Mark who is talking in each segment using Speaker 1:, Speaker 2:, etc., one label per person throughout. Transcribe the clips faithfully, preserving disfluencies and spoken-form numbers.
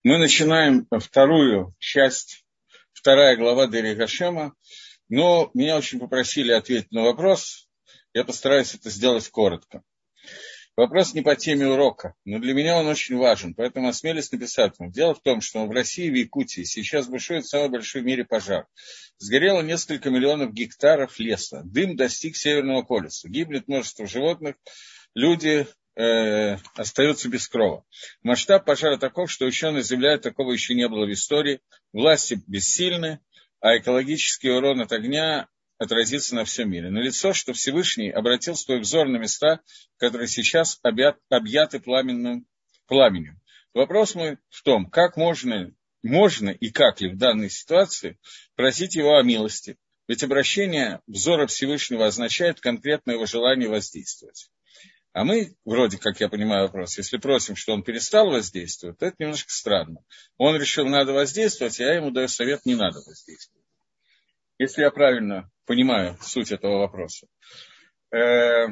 Speaker 1: Мы начинаем вторую часть, вторая глава Дерей Гашема, но меня очень попросили ответить на вопрос, я постараюсь это сделать коротко. Вопрос не по теме урока, но для меня он очень важен, поэтому осмелюсь написать вам. Дело в том, что в России, в Якутии сейчас бушует самый большой в мире пожар. Сгорело несколько миллионов гектаров леса, дым достиг Северного полюса, гибнет множество животных, люди э, остаются без крова. Масштаб пожара таков, что ученые заявляют, такого еще не было в истории, власти бессильны, а экологический урон от огня отразится на всем мире. Налицо, что Всевышний обратил свой взор на места, которые сейчас объят, объяты пламенным, пламенем. Вопрос мой в том, как можно, можно и как ли в данной ситуации просить его о милости. Ведь обращение взора Всевышнего означает конкретное его желание воздействовать. А мы, вроде как я понимаю вопрос, если просим, что он перестал воздействовать, то это немножко странно. Он решил, надо воздействовать, а я ему даю совет, не надо воздействовать. Если я правильно понимаю суть этого вопроса. Это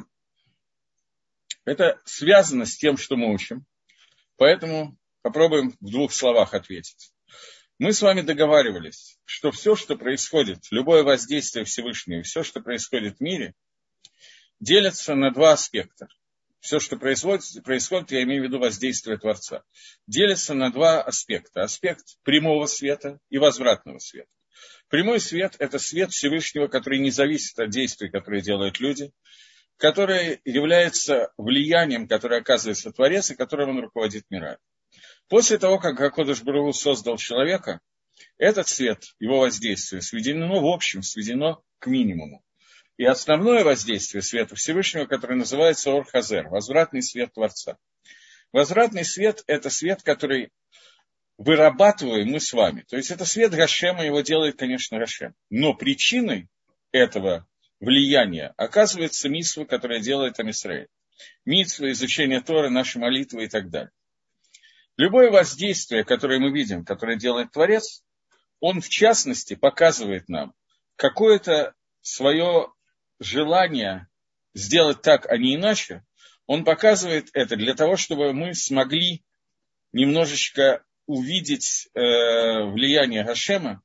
Speaker 1: связано с тем, что мы учим, поэтому попробуем в двух словах ответить. Мы с вами договаривались, что все, что происходит, любое воздействие Всевышнего, все, что происходит в мире, делится на два аспекта. Все, что происходит, происходит, я имею в виду воздействие Творца, делится на два аспекта. Аспект прямого света и возвратного света. Прямой свет – это свет Всевышнего, который не зависит от действий, которые делают люди, который является влиянием, которое оказывается Творец, и которым он руководит мирами. После того, как Акодыш Барух Ху создал человека, этот свет, его воздействие сведено, в общем, сведено к минимуму. И основное воздействие света Всевышнего, которое называется Ор-Хазер, возвратный свет Творца. Возвратный свет – это свет, который вырабатываем мы с вами. То есть это свет Гашема, его делает, конечно, Гашем. Но причиной этого влияния оказывается мицва, которая делает Ам Исраэль. Мицва, изучение Торы, наши молитвы и так далее. Любое воздействие, которое мы видим, которое делает Творец, он в частности показывает нам какое-то свое желание сделать так, а не иначе. Он показывает это для того, чтобы мы смогли немножечко увидеть э, влияние Гашема.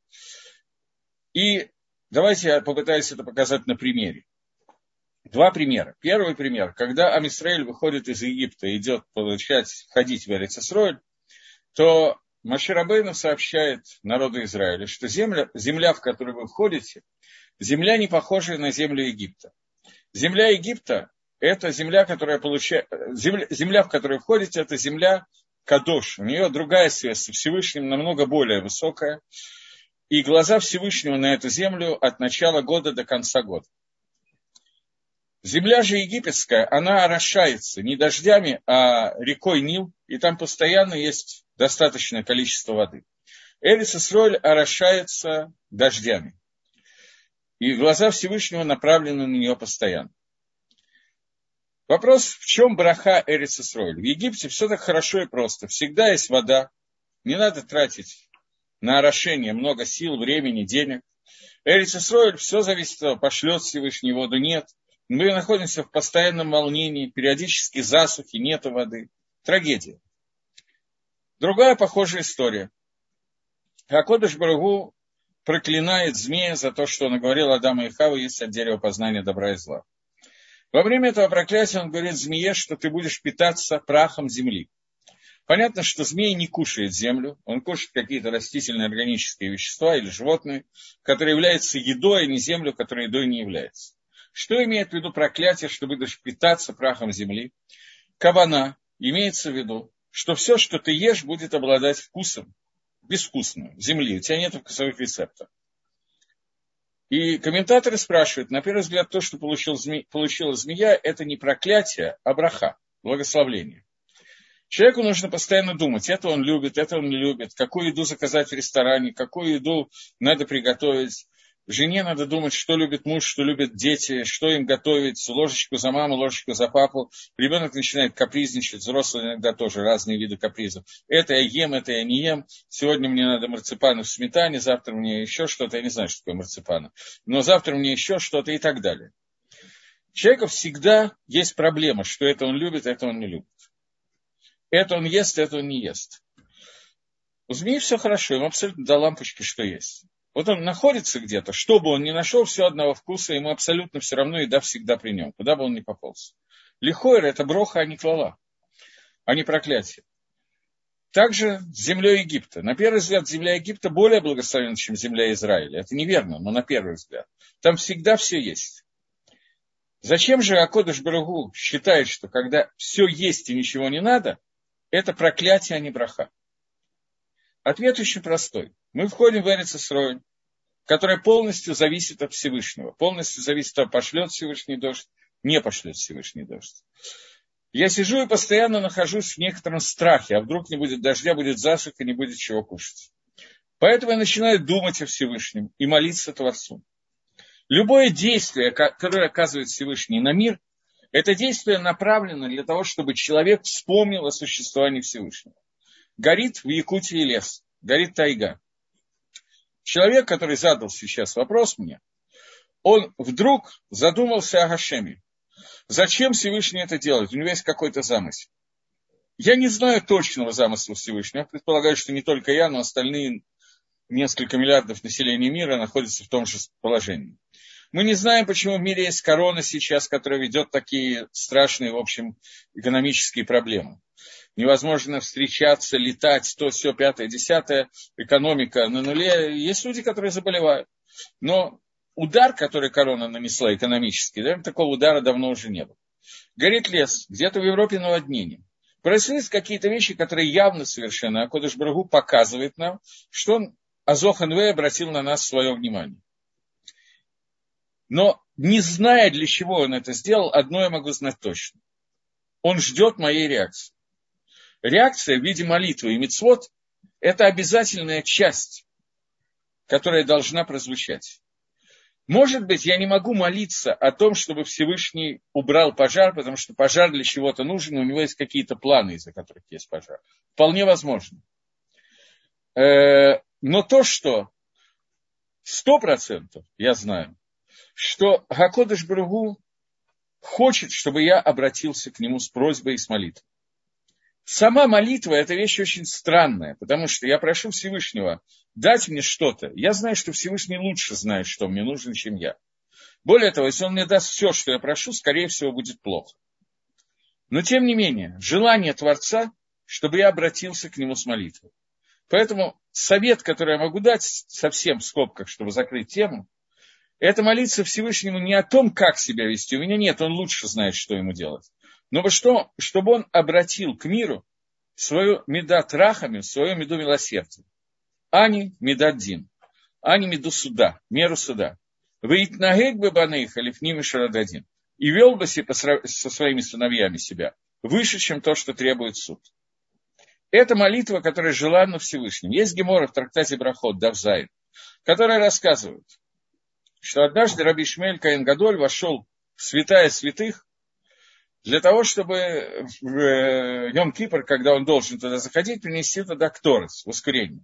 Speaker 1: И давайте я попытаюсь это показать на примере. Два примера. Первый пример. Когда Ам Исраэль выходит из Египта и идет получать, ходить в Эрец Исроэль, то Моше Рабейну сообщает народу Израиля, что земля, земля, в которую вы входите, земля не похожая на землю Египта. Земля Египта – это земля, которая получает, земля, земля, в которую входите, это земля Кадош, у нее другая связь со Всевышним, намного более высокая. И глаза Всевышнего на эту землю от начала года до конца года. Земля же египетская, она орошается не дождями, а рекой Нил, и там постоянно есть достаточное количество воды. Эрец Исроэль орошается дождями. И глаза Всевышнего направлены на нее постоянно. Вопрос, в чем браха Эрец Исроэль? В Египте все так хорошо и просто. Всегда есть вода. Не надо тратить на орошение много сил, времени, денег. Эрец Исроэль, все зависит от того, пошлет Всевышний воду, нет. Мы находимся в постоянном волнении, периодически засухи, нет воды. Трагедия. Другая похожая история. Акодыш Барух Ху проклинает змея за то, что он говорил Адаму и Хаве, есть от дерева познания добра и зла. Во время этого проклятия он говорит змее, что ты будешь питаться прахом земли. Понятно, что змей не кушает землю, он кушает какие-то растительные органические вещества или животные, которые являются едой, а не землю, которая едой не является. Что имеет в виду проклятие, что будешь питаться прахом земли? Кавана имеется в виду, что все, что ты ешь, будет обладать вкусом, безвкусным, земли, у тебя нет вкусовых рецептов. И комментаторы спрашивают, на первый взгляд, то, что получил зме... получила змея, это не проклятие, а браха, благословление. Человеку нужно постоянно думать, это он любит, это он не любит, какую еду заказать в ресторане, какую еду надо приготовить. Жене надо думать, что любит муж, что любят дети, что им готовить, ложечку за маму, ложечку за папу. Ребенок начинает капризничать, взрослые иногда тоже разные виды капризов. Это я ем, это я не ем. Сегодня мне надо марципаны в сметане, завтра мне еще что-то. Я не знаю, что такое марципаны. Но завтра мне еще что-то и так далее. У человека всегда есть проблема, что это он любит, это он не любит. Это он ест, это он не ест. У змеи все хорошо, ему абсолютно до лампочки, что есть. Вот он находится где-то, что бы он ни нашел, все одного вкуса, ему абсолютно все равно, еда всегда при нем, куда бы он ни пополз. Лихойр – это броха, а не клала, а не проклятие. Также с землей Египта. На первый взгляд, земля Египта более благословенна, чем земля Израиля. Это неверно, но на первый взгляд. Там всегда все есть. Зачем же Акодыш Барух считает, что когда все есть и ничего не надо, это проклятие, а не браха? Ответ очень простой. Мы входим в Эрец Исроэль, которая полностью зависит от Всевышнего. Полностью зависит от того, пошлет Всевышний дождь, не пошлет Всевышний дождь. Я сижу и постоянно нахожусь в некотором страхе, а вдруг не будет дождя, будет засуха, не будет чего кушать. Поэтому я начинаю думать о Всевышнем и молиться Творцу. Любое действие, которое оказывает Всевышний на мир, это действие направлено для того, чтобы человек вспомнил о существовании Всевышнего. Горит в Якутии лес, горит тайга. Человек, который задал сейчас вопрос мне, он вдруг задумался о Гашеме. Зачем Всевышний это делает? У него есть какой-то замысел. Я не знаю точного замысла Всевышнего. Я предполагаю, что не только я, но остальные несколько миллиардов населения мира находятся в том же положении. Мы не знаем, почему в мире есть корона сейчас, которая ведет такие страшные, в общем, экономические проблемы. Невозможно встречаться, летать, то, все, пятое, десятое, экономика на нуле. Есть люди, которые заболевают. Но удар, который корона нанесла экономический, наверное, такого удара давно уже не было. Горит лес, где-то в Европе наводнение. Происходят какие-то вещи, которые явно совершенно, а Акодыш Барух Ху показывает нам, что он, Азох Энвей, обратил на нас свое внимание. Но не зная, для чего он это сделал, одно я могу знать точно. Он ждет моей реакции. Реакция в виде молитвы и мицвот – это обязательная часть, которая должна прозвучать. Может быть, я не могу молиться о том, чтобы Всевышний убрал пожар, потому что пожар для чего-то нужен, и у него есть какие-то планы, из-за которых есть пожар. Вполне возможно. Но то, что сто процентов я знаю, что Акодыш Барух Ху хочет, чтобы я обратился к нему с просьбой и с молитвой. Сама молитва – это вещь очень странная, потому что я прошу Всевышнего дать мне что-то. Я знаю, что Всевышний лучше знает, что мне нужно, чем я. Более того, если он мне даст все, что я прошу, скорее всего, будет плохо. Но, тем не менее, желание Творца, чтобы я обратился к нему с молитвой. Поэтому совет, который я могу дать, совсем в скобках, чтобы закрыть тему, это молиться Всевышнему не о том, как себя вести. У меня нет, он лучше знает, что ему делать. Но что, чтобы он обратил к миру свою медат рахами, свою меду милосердия. А не медат дин, а не меду суда, меру суда. Вейтнагек бы банейх алифними шарададин. И вел бы себя со своими сыновьями себя выше, чем то, что требует суд. Это молитва, которая желанна Всевышним. Есть гемора в трактате Брахот, Давзайн, которая рассказывает, что однажды Раби Ишмаэль Коэн Гадоль вошел в святая святых, для того, чтобы в Йом-Кипр, когда он должен туда заходить, принести туда кторос, воскурение.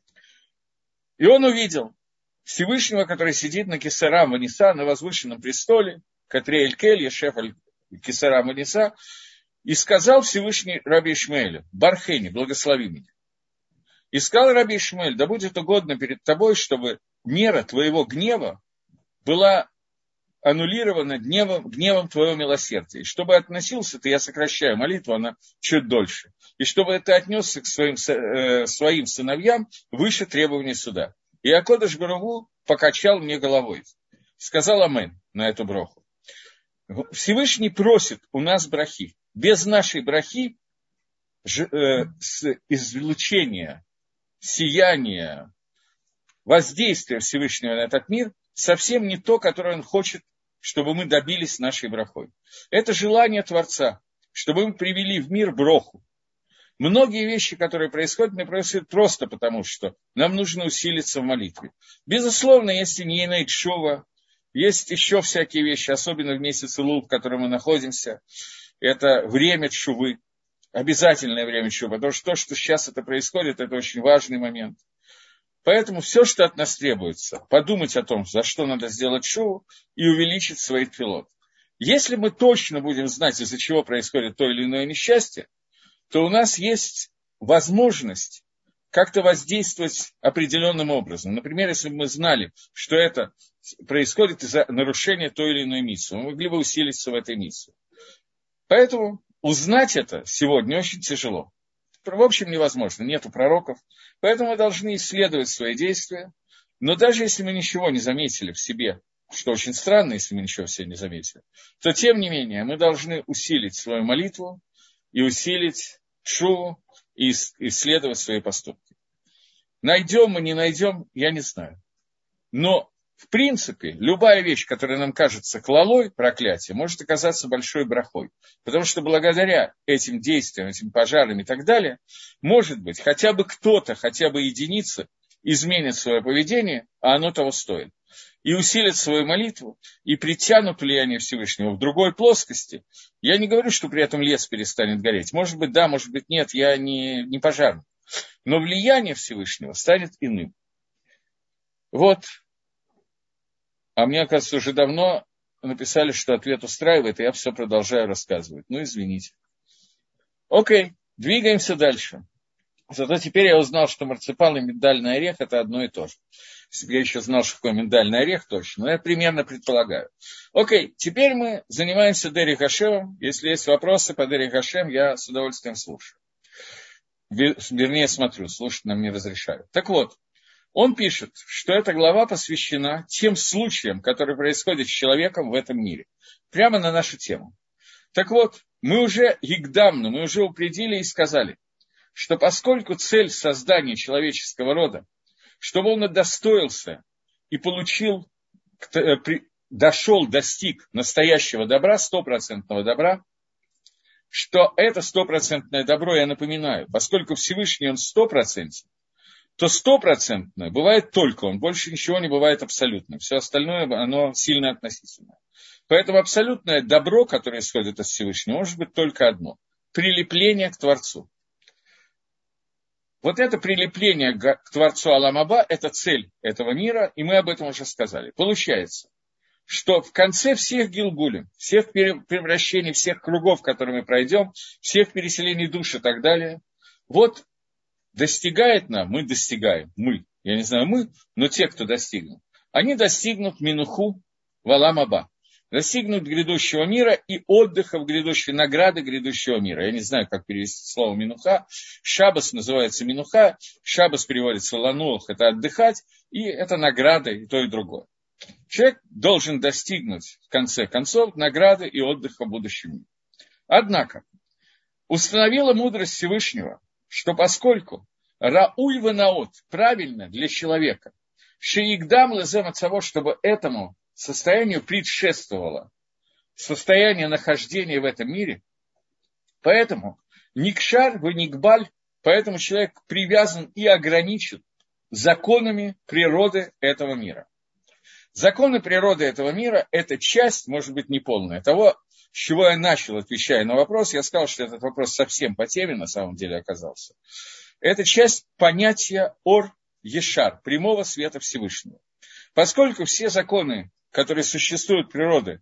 Speaker 1: И он увидел Всевышнего, который сидит на Кесарам Ваниса, на возвышенном престоле, Катрей Эль-Кель, Ешеф Кесарам Ваниса, и сказал Всевышний Раби Ишмаэлю: Бархени, благослови меня. И сказал Раби Ишмаэль: да будет угодно перед тобой, чтобы мера твоего гнева была аннулировано гневом, гневом твоего милосердия. И чтобы относился ты, я сокращаю молитву, она чуть дольше. И чтобы ты отнесся к своим, э, своим сыновьям выше требований суда. И Акодыш Барух Ху покачал мне головой. Сказал амэн на эту броху. Всевышний просит у нас брахи. Без нашей брахи ж, э, с излучения, сияния, воздействия Всевышнего на этот мир совсем не то, которое он хочет, чтобы мы добились нашей брахой. Это желание Творца, чтобы мы привели в мир броху. Многие вещи, которые происходят, не происходят просто потому, что нам нужно усилиться в молитве. Безусловно, есть и нейна тшува, есть еще всякие вещи, особенно в месяц Илул, в котором мы находимся. Это время тшувы, обязательное время тшувы, потому что то, что сейчас это происходит, это очень важный момент. Поэтому все, что от нас требуется, подумать о том, за что надо сделать шоу, и увеличить свои тфилот. Если мы точно будем знать, из-за чего происходит то или иное несчастье, то у нас есть возможность как-то воздействовать определенным образом. Например, если бы мы знали, что это происходит из-за нарушения той или иной миссии, мы могли бы усилиться в этой миссии. Поэтому узнать это сегодня очень тяжело. В общем, невозможно, нету пророков. Поэтому мы должны исследовать свои действия. Но даже если мы ничего не заметили в себе, что очень странно, если мы ничего в себе не заметили, то тем не менее мы должны усилить свою молитву и усилить шуву и исследовать свои поступки. Найдем мы, не найдем, я не знаю. Но, в принципе, любая вещь, которая нам кажется клалой, проклятие, может оказаться большой брахой. Потому что благодаря этим действиям, этим пожарам и так далее, может быть, хотя бы кто-то, хотя бы единица изменит свое поведение, а оно того стоит. И усилит свою молитву, и притянут влияние Всевышнего в другой плоскости. Я не говорю, что при этом лес перестанет гореть. Может быть, да, может быть, нет, я не, не пожарник. Но влияние Всевышнего станет иным. Вот. А мне, оказывается, уже давно написали, что ответ устраивает, и я все продолжаю рассказывать. Ну, извините. Окей, двигаемся дальше. Зато теперь я узнал, что марципан и миндальный орех – это одно и то же. Если бы я еще знал, что такое миндальный орех, точно. Но я примерно предполагаю. Окей, теперь мы занимаемся Дери Хашемом. Если есть вопросы по Дери Хашем, я с удовольствием слушаю. Вернее, смотрю, слушать нам не разрешают. Так вот, он пишет, что эта глава посвящена тем случаям, которые происходят с человеком в этом мире. Прямо на нашу тему. Так вот, мы уже ягдамно, мы уже упредили и сказали, что поскольку цель создания человеческого рода, чтобы он удостоился и получил, дошел, достиг настоящего добра, стопроцентного добра, что это стопроцентное добро, я напоминаю, поскольку Всевышний он стопроцентный, то стопроцентное бывает только он, больше ничего не бывает абсолютным. Все остальное, оно сильно относительное. Поэтому абсолютное добро, которое исходит от Всевышнего, может быть только одно – прилепление к Творцу. Вот это прилепление к Творцу Алам Аба – это цель этого мира, и мы об этом уже сказали. Получается, что в конце всех гилгулем, всех превращений, всех кругов, которые мы пройдем, всех переселений душ и так далее, вот достигает нам, мы достигаем, мы, я не знаю мы, но те, кто достигнут, они достигнут минуху в Алам Аба. Достигнут грядущего мира и отдыха в грядущей награды грядущего мира. Я не знаю, как перевести слово минуха. Шаббас называется минуха. Шаббас переводится ланух, это отдыхать. И это награда и то, и другое. Человек должен достигнуть, в конце концов, награды и отдыха в будущем мире. Однако, установила мудрость Всевышнего, что поскольку рауй ванаот правильно для человека, шеигдам лезем от того, чтобы этому состоянию предшествовало состояние нахождения в этом мире, поэтому никшар в никбаль, поэтому человек привязан и ограничен законами природы этого мира. Законы природы этого мира – это часть, может быть, неполная, того, с чего я начал, отвечая на вопрос. Я сказал, что этот вопрос совсем по теме, на самом деле, оказался. Это часть понятия ор-ешар, прямого света Всевышнего. Поскольку все законы, которые существуют в природе,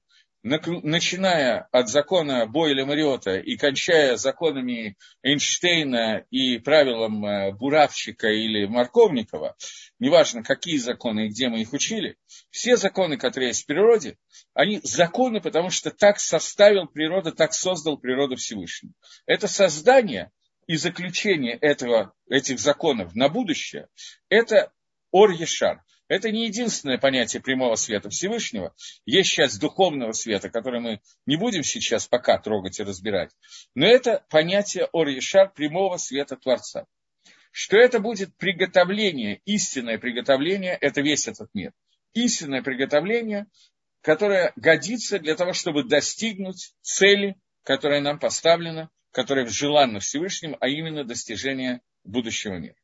Speaker 1: начиная от закона Бойля-Мариота и кончая законами Эйнштейна и правилам Буравчика или Марковникова, неважно, какие законы и где мы их учили, все законы, которые есть в природе, они законы, потому что так составил природа, так создал природу Всевышний. Это создание и заключение этого, этих законов на будущее, это ор-ешар. Это не единственное понятие прямого света Всевышнего. Есть часть духовного света, который мы не будем сейчас пока трогать и разбирать. Но это понятие ор-ешар, прямого света Творца. Что это будет приготовление, истинное приготовление, это весь этот мир. Истинное приготовление, которое годится для того, чтобы достигнуть цели, которая нам поставлена, которая желанна Всевышним, а именно достижение будущего мира.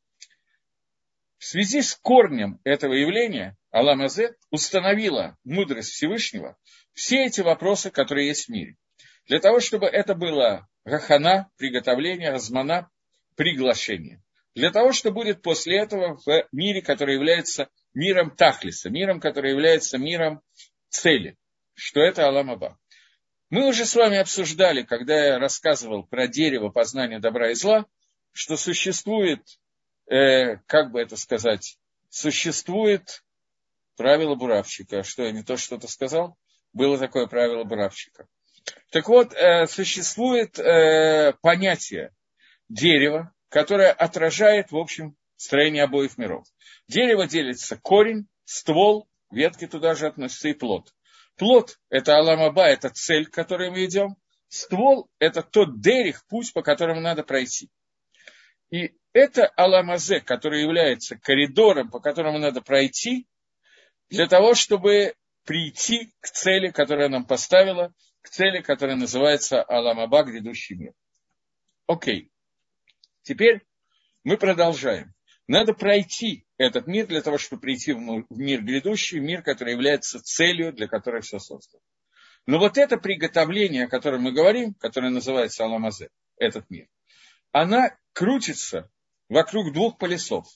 Speaker 1: В связи с корнем этого явления Алам Азе установила мудрость Всевышнего все эти вопросы, которые есть в мире. Для того, чтобы это было рахана, приготовление, размана, приглашение. Для того, что будет после этого в мире, который является миром Тахлиса, миром, который является миром цели, что это Алам Аба. Мы уже с вами обсуждали, когда я рассказывал про дерево познания добра и зла, что существует э, как бы это сказать, существует правило буравчика. Что, я не то что-то сказал? Было такое правило буравчика. Так вот, э, существует э, понятие дерева, которое отражает, в общем, строение обоих миров. Дерево делится корень, ствол, ветки туда же относятся и плод. Плод – это алам-аба, это цель, к которой мы идем. Ствол – это тот дерих, путь, по которому надо пройти. И это алам-азе, который является коридором, по которому надо пройти, для того, чтобы прийти к цели, которая нам поставила, к цели, которая называется алам-аба, грядущий мир. Окей. Теперь мы продолжаем. Надо пройти этот мир для того, чтобы прийти в мир грядущий, мир, который является целью, для которой все создано. Но вот это приготовление, о котором мы говорим, которое называется алам-азе, этот мир, она крутится вокруг двух полюсов.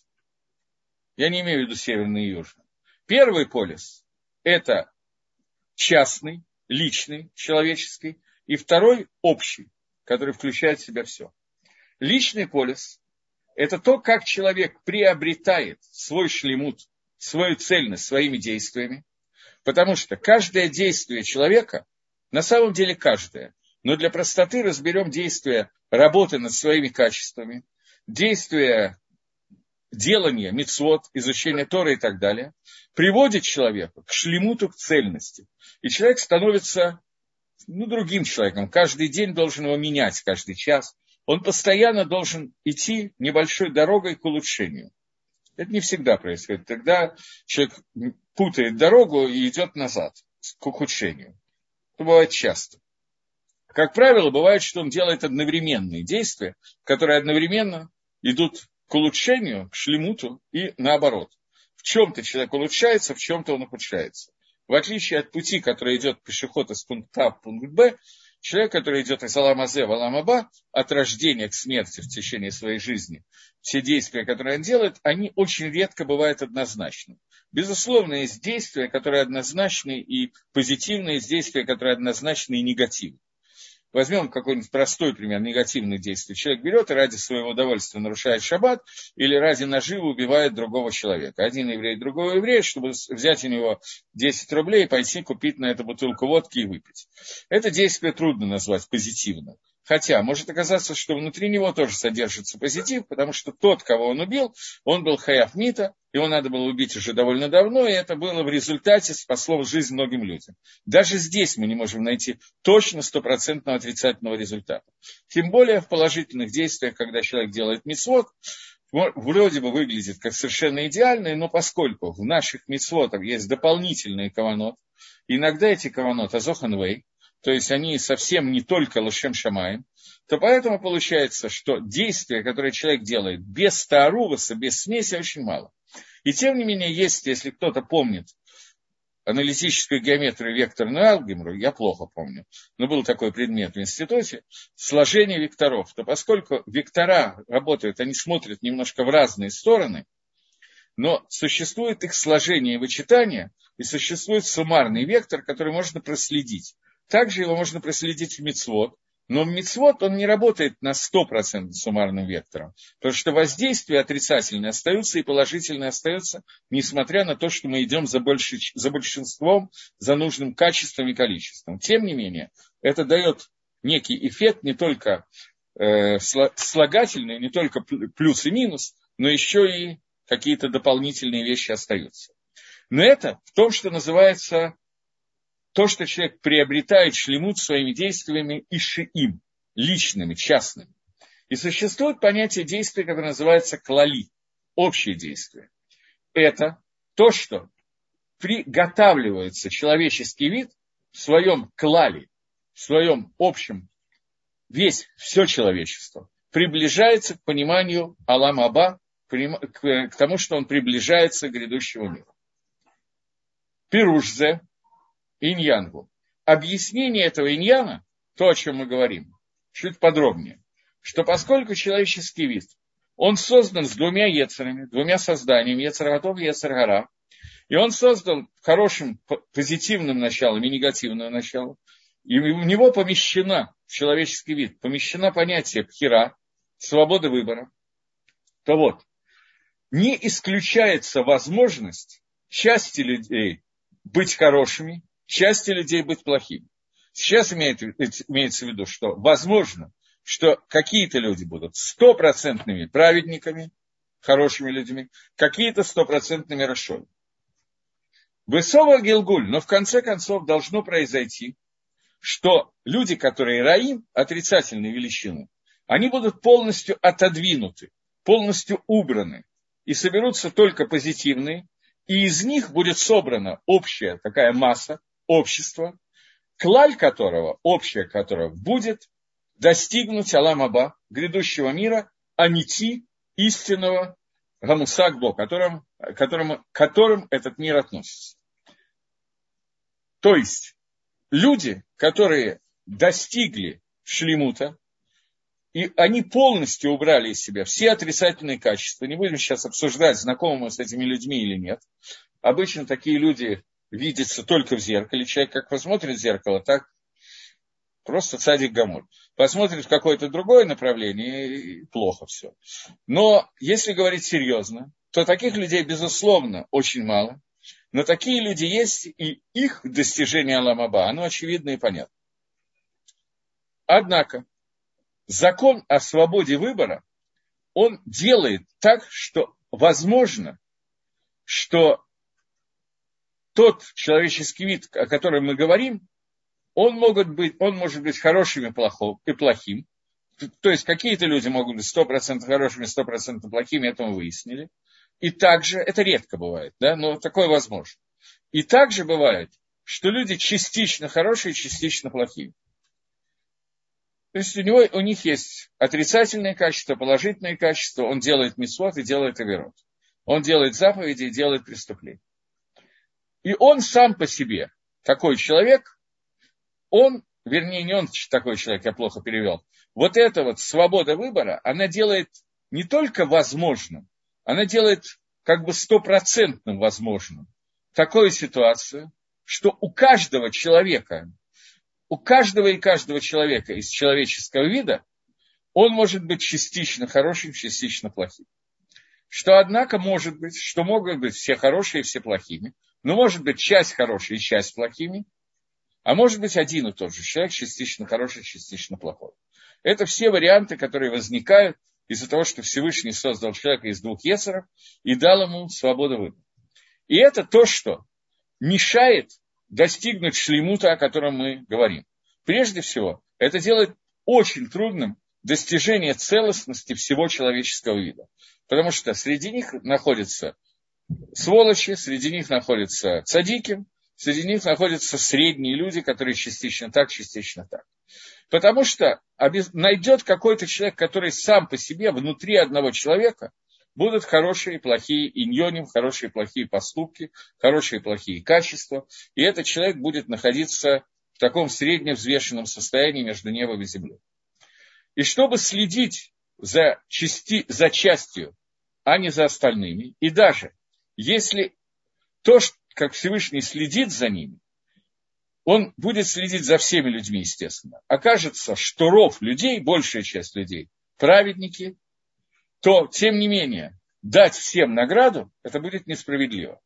Speaker 1: Я не имею в виду северный и южный. Первый полюс – это частный, личный, человеческий, и второй – общий, который включает в себя все. Личный полюс – это то, как человек приобретает свой шлемут, свою цельность своими действиями, потому что каждое действие человека, на самом деле каждое, но для простоты разберем действия работы над своими качествами, действия делания, мицвот, изучения Торы и так далее, приводит человека к шлемуту, к цельности. И человек становится ну, другим человеком. Каждый день должен его менять, каждый час. Он постоянно должен идти небольшой дорогой к улучшению. Это не всегда происходит. Тогда человек путает дорогу и идет назад, к ухудшению. Это бывает часто. Как правило, бывает, что он делает одновременные действия, которые одновременно идут к улучшению, к шлемуту и наоборот. В чем-то человек улучшается, в чем-то он ухудшается. В отличие от пути, который идет пешеход из пункта А в пункт Б, человек, который идет из алам-азе в алам-аба, от рождения к смерти в течение своей жизни, все действия, которые он делает, они очень редко бывают однозначны. Безусловно, есть действия, которые однозначны и позитивные, есть действия, которые однозначны и негативны. Возьмем какой-нибудь простой пример негативных действий. Человек берет и ради своего удовольствия нарушает шаббат или ради наживы убивает другого человека. Один еврей, другого еврея, чтобы взять у него десять рублей и пойти купить на эту бутылку водки и выпить. Это действие трудно назвать позитивным. Хотя может оказаться, что внутри него тоже содержится позитив, потому что тот, кого он убил, он был хаяв мита, его надо было убить уже довольно давно, и это было в результате спасло жизнь многим людям. Даже здесь мы не можем найти точно стопроцентного отрицательного результата. Тем более в положительных действиях, когда человек делает мицвот, вроде бы выглядит как совершенно идеальный, но поскольку в наших мицвотах есть дополнительные каванот, иногда эти каванот азоханвей, то есть они совсем не только лошем шамаем, то поэтому получается, что действия, которые человек делает без тааруваса, без смеси, очень мало. И тем не менее, есть, если кто-то помнит аналитическую геометрию, векторную алгебру, я плохо помню, но был такой предмет в институте, сложение векторов, то поскольку вектора работают, они смотрят немножко в разные стороны, но существует их сложение и вычитание, и существует суммарный вектор, который можно проследить. Также его можно проследить в мицвот, но в мицвот он не работает на сто процентов суммарным вектором, потому что воздействия отрицательные остаются и положительные остаются, несмотря на то, что мы идем за, больше, за большинством, за нужным качеством и количеством. Тем не менее, это дает некий эффект не только э, слагательный, не только плюс и минус, но еще и какие-то дополнительные вещи остаются. Но это в том, что называется... То, что человек приобретает шлемут своими действиями и шиим, личными, частными. И существует понятие действия, которое называется клали, общее действие. Это то, что приготавливается человеческий вид в своем клале, в своем общем, весь, все человечество, приближается к пониманию алам-аба, к тому, что он приближается к грядущему миру. Пирушзе. Иньянгу. Объяснение этого иньяна, то, о чем мы говорим, чуть подробнее, что поскольку человеческий вид, он создан с двумя ецерами, двумя созданиями, ецер-готов и ецер-гара, и он создан хорошим, позитивным началом и негативным началом, и в него помещена, в человеческий вид, помещена понятие пхира, свободы выбора, то вот, не исключается возможность части людей быть хорошими, части людей быть плохими. Сейчас имеет, имеется в виду, что возможно, что какие-то люди будут стопроцентными праведниками, хорошими людьми, какие-то стопроцентными рашоми. Высово Гилгуль, но в конце концов должно произойти, что люди, которые раим, отрицательные величины, они будут полностью отодвинуты, полностью убраны, и соберутся только позитивные, и из них будет собрана общая такая масса, общество, клаль которого, общее которого будет достигнуть Алам Аба, грядущего мира, анити, истинного гамусагбо, которым, которым, которым этот мир относится. То есть люди, которые достигли шлемута, и они полностью убрали из себя все отрицательные качества. Не будем сейчас обсуждать, знакомы мы с этими людьми или нет. Обычно такие люди видятся только в зеркале. Человек как посмотрит в зеркало, так просто цадик гамуль. Посмотрит в какое-то другое направление, и плохо все. Но если говорить серьезно, то таких людей, безусловно, очень мало. Но такие люди есть, и их достижение Алам Аба, оно очевидно и понятно. Однако, закон о свободе выбора, он делает так, что возможно, что тот человеческий вид, о котором мы говорим, он, могут быть, он может быть хорошим и плохим. То есть какие-то люди могут быть сто процентов хорошими, сто процентов плохими, это мы выяснили. И также, это редко бывает, да, но такое возможно. И также бывает, что люди частично хорошие, частично плохие. То есть у, него, у них есть отрицательные качества, положительные качества, он делает мицвот и делает авирот. Он делает заповеди и делает преступления. И он сам по себе, такой человек, он, вернее, не он такой человек, я плохо перевел, вот эта вот свобода выбора, она делает не только возможным, она делает как бы стопроцентным возможным такую ситуацию, что у каждого человека, у каждого и каждого человека из человеческого вида, он может быть частично хорошим, частично плохим. Что, однако, может быть, что могут быть все хорошие и все плохими, но может быть часть хорошей и часть плохими, а может быть один и тот же человек, частично хороший, частично плохой. Это все варианты, которые возникают из-за того, что Всевышний создал человека из двух ецеров и дал ему свободу выбора. И это то, что мешает достигнуть шлемута, о котором мы говорим. Прежде всего, это делает очень трудным достижение целостности всего человеческого вида. Потому что среди них находятся сволочи, среди них находятся цадики, среди них находятся средние люди, которые частично так, частично так. Потому что найдет какой-то человек, который сам по себе, внутри одного человека, будут хорошие и плохие иньоним, хорошие и плохие поступки, хорошие и плохие качества. И этот человек будет находиться в таком средневзвешенном состоянии между небом и землей. И чтобы следить за, части, за частью, а не за остальными, и даже если то, как Всевышний следит за ними, он будет следить за всеми людьми, естественно. Окажется, что ров людей, большая часть людей, праведники, то, тем не менее, дать всем награду, это будет несправедливо.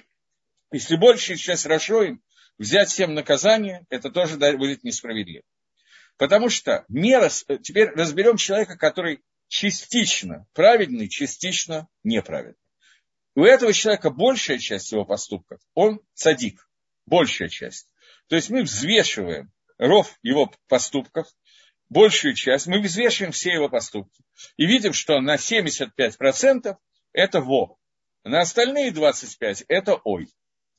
Speaker 1: Если большая часть рашоим, взять всем наказание, это тоже будет несправедливо. Потому что мера... Теперь разберем человека, который частично праведный, частично неправедный. У этого человека большая часть его поступков, он цадик, большая часть. То есть мы взвешиваем ров его поступков, большую часть, мы взвешиваем все его поступки. И видим, что на семьдесят пять процентов это во, на остальные двадцать пять процентов это ой.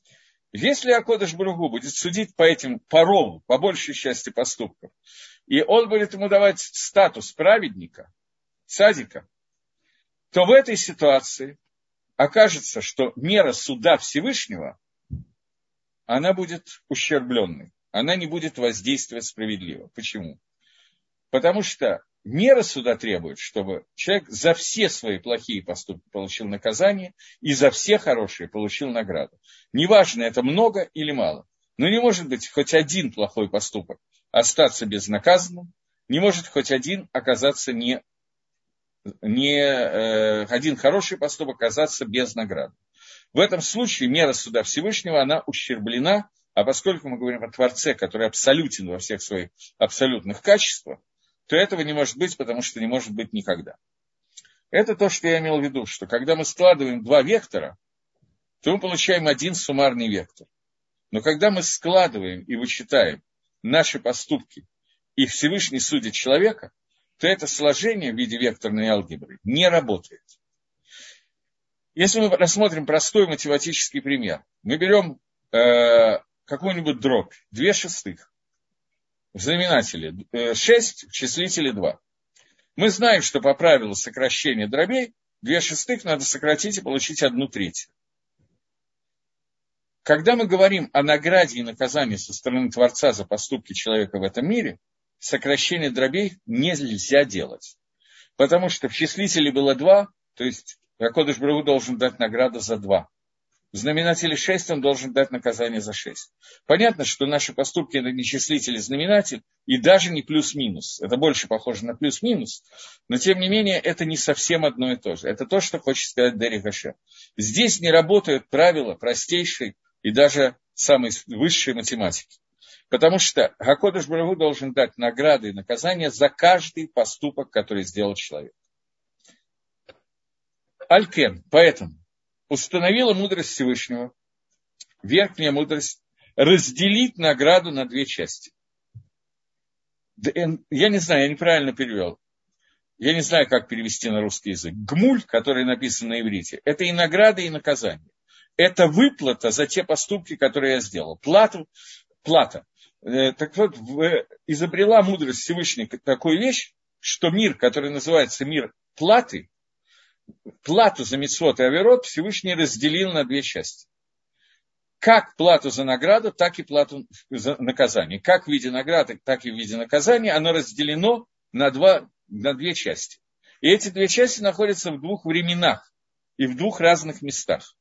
Speaker 1: Если Акодыш Барух Ху будет судить по этим, по рову, по большей части поступков, и он будет ему давать статус праведника, цадика, то в этой ситуации окажется, что мера суда Всевышнего, она будет ущербленной, она не будет воздействовать справедливо. Почему? Потому что мера суда требует, чтобы человек за все свои плохие поступки получил наказание и за все хорошие получил награду. Неважно, это много или мало. Но не может быть хоть один плохой поступок остаться безнаказанным, не может хоть один оказаться не не, э, один хороший поступок оказаться без награды. В этом случае мера суда Всевышнего, она ущерблена, а поскольку мы говорим о Творце, который абсолютен во всех своих абсолютных качествах, то этого не может быть, потому что не может быть никогда. Это то, что я имел в виду, что когда мы складываем два вектора, то мы получаем один суммарный вектор. Но когда мы складываем и вычитаем наши поступки, и Всевышний судит человека, то это сложение в виде векторной алгебры не работает. Если мы рассмотрим простой математический пример, мы берем э, какую-нибудь дробь, две шестых, в знаменателе э, шесть, в числителе два. Мы знаем, что по правилу сокращения дробей две шестых надо сократить и получить одну третью. Когда мы говорим о награде и наказании со стороны Творца за поступки человека в этом мире, сокращение дробей нельзя делать. Потому что в числителе было два, то есть Акодыш Барух Ху должен дать награду за два. В знаменателе шесть он должен дать наказание за шесть. Понятно, что наши поступки это не числитель и знаменатель, и даже не плюс-минус. Это больше похоже на плюс-минус, но тем не менее это не совсем одно и то же. Это то, что хочет сказать Дери Хашем. Здесь не работают правила простейшей и даже самой высшей математики. Потому что Акодыш Барух Ху должен дать награды и наказания за каждый поступок, который сделал человек. Аль-Кен, поэтому установила мудрость Всевышнего, верхняя мудрость, разделить награду на две части. Я не знаю, я неправильно перевел. Я не знаю, как перевести на русский язык. Гмуль, который написан на иврите, это и награда, и наказание. Это выплата за те поступки, которые я сделал. Плату, плата. Так вот, изобрела мудрость Всевышнего такую вещь, что мир, который называется мир платы, плату за мицвот и аверот Всевышний разделил на две части. Как плату за награду, так и плату за наказание. Как в виде награды, так и в виде наказания оно разделено на, два, на две части. И эти две части находятся в двух временах и в двух разных местах.